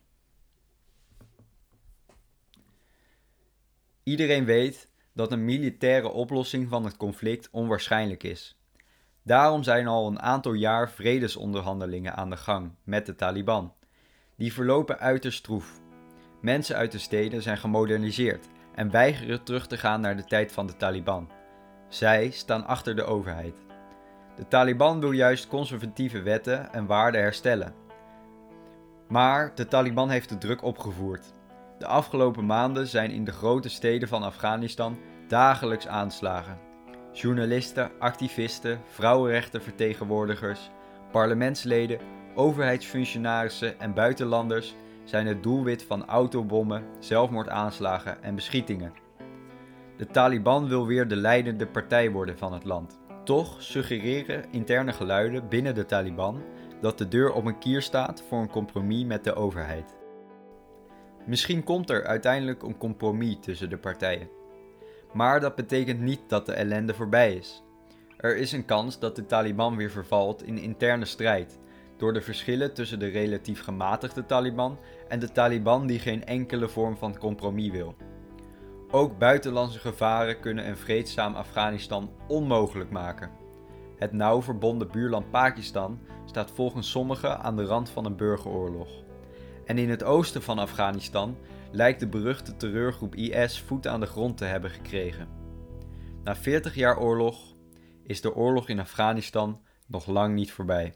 Iedereen weet dat een militaire oplossing van het conflict onwaarschijnlijk is. Daarom zijn al een aantal jaar vredesonderhandelingen aan de gang met de Taliban. Die verlopen uiterst stroef. Mensen uit de steden zijn gemoderniseerd en weigeren terug te gaan naar de tijd van de Taliban. Zij staan achter de overheid. De Taliban wil juist conservatieve wetten en waarden herstellen. Maar de Taliban heeft de druk opgevoerd. De afgelopen maanden zijn in de grote steden van Afghanistan dagelijks aanslagen. Journalisten, activisten, vrouwenrechtenvertegenwoordigers, parlementsleden, overheidsfunctionarissen en buitenlanders zijn het doelwit van autobommen, zelfmoordaanslagen en beschietingen. De Taliban wil weer de leidende partij worden van het land. Toch suggereren interne geluiden binnen de Taliban dat de deur op een kier staat voor een compromis met de overheid. Misschien komt er uiteindelijk een compromis tussen de partijen. Maar dat betekent niet dat de ellende voorbij is. Er is een kans dat de Taliban weer vervalt in interne strijd, door de verschillen tussen de relatief gematigde Taliban en de Taliban die geen enkele vorm van compromis wil. Ook buitenlandse gevaren kunnen een vreedzaam Afghanistan onmogelijk maken. Het nauw verbonden buurland Pakistan staat volgens sommigen aan de rand van een burgeroorlog. En in het oosten van Afghanistan lijkt de beruchte terreurgroep IS voet aan de grond te hebben gekregen. Na 40 jaar oorlog is de oorlog in Afghanistan nog lang niet voorbij.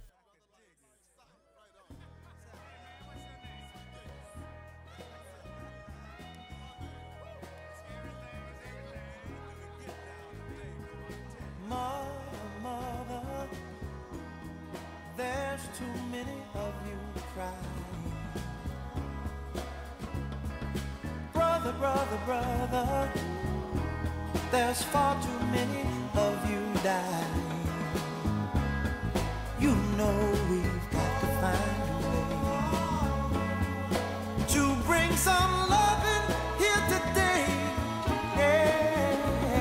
Brother, there's far too many of you dying. You know we've got to find a way to bring some loving here today. Yeah.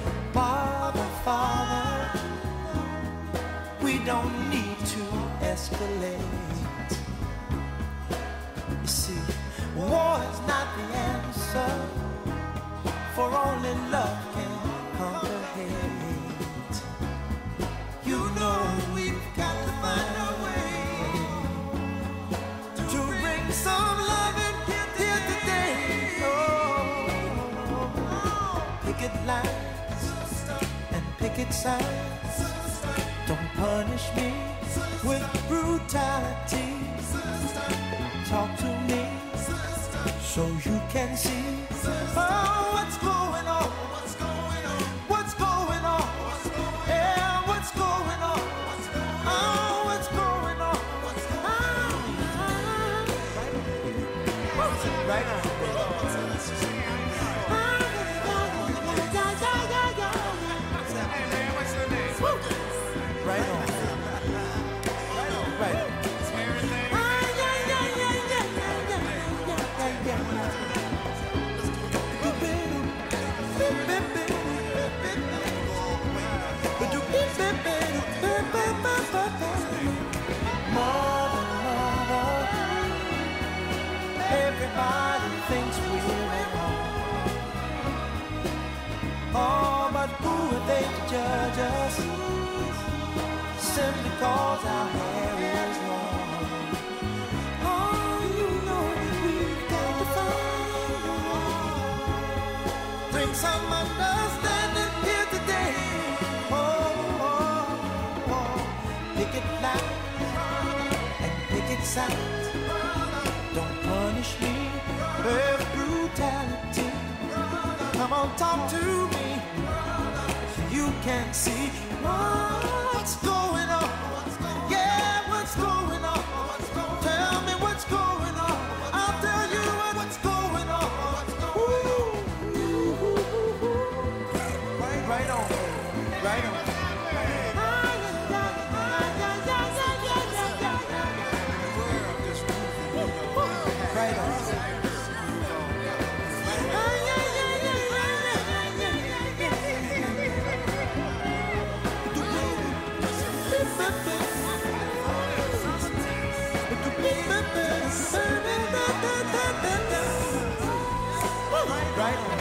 Father, we don't need to escalate. You see, war is not the answer. For only love can conquer hate. You know we've got to find a way to bring some love in here today. Oh, picket lines and picket signs. Don't punish me with brutality. Talk to me so you can see. Oh, what's going on? What's going on? What's going on? Yeah, what's going on? Oh, what's going on? Right now. simply cause our hair is long. Oh, you know we've got to find a way. Bring some understanding here today. Oh, oh, oh. Pick it loud and pick it sound. Don't punish me with brutality. Come on, talk to me so you can see what's going on. Yeah, what's going on? Tell me what's going on. I'll tell you what's going on. Ooh. Right on, right on. Right on. Right on.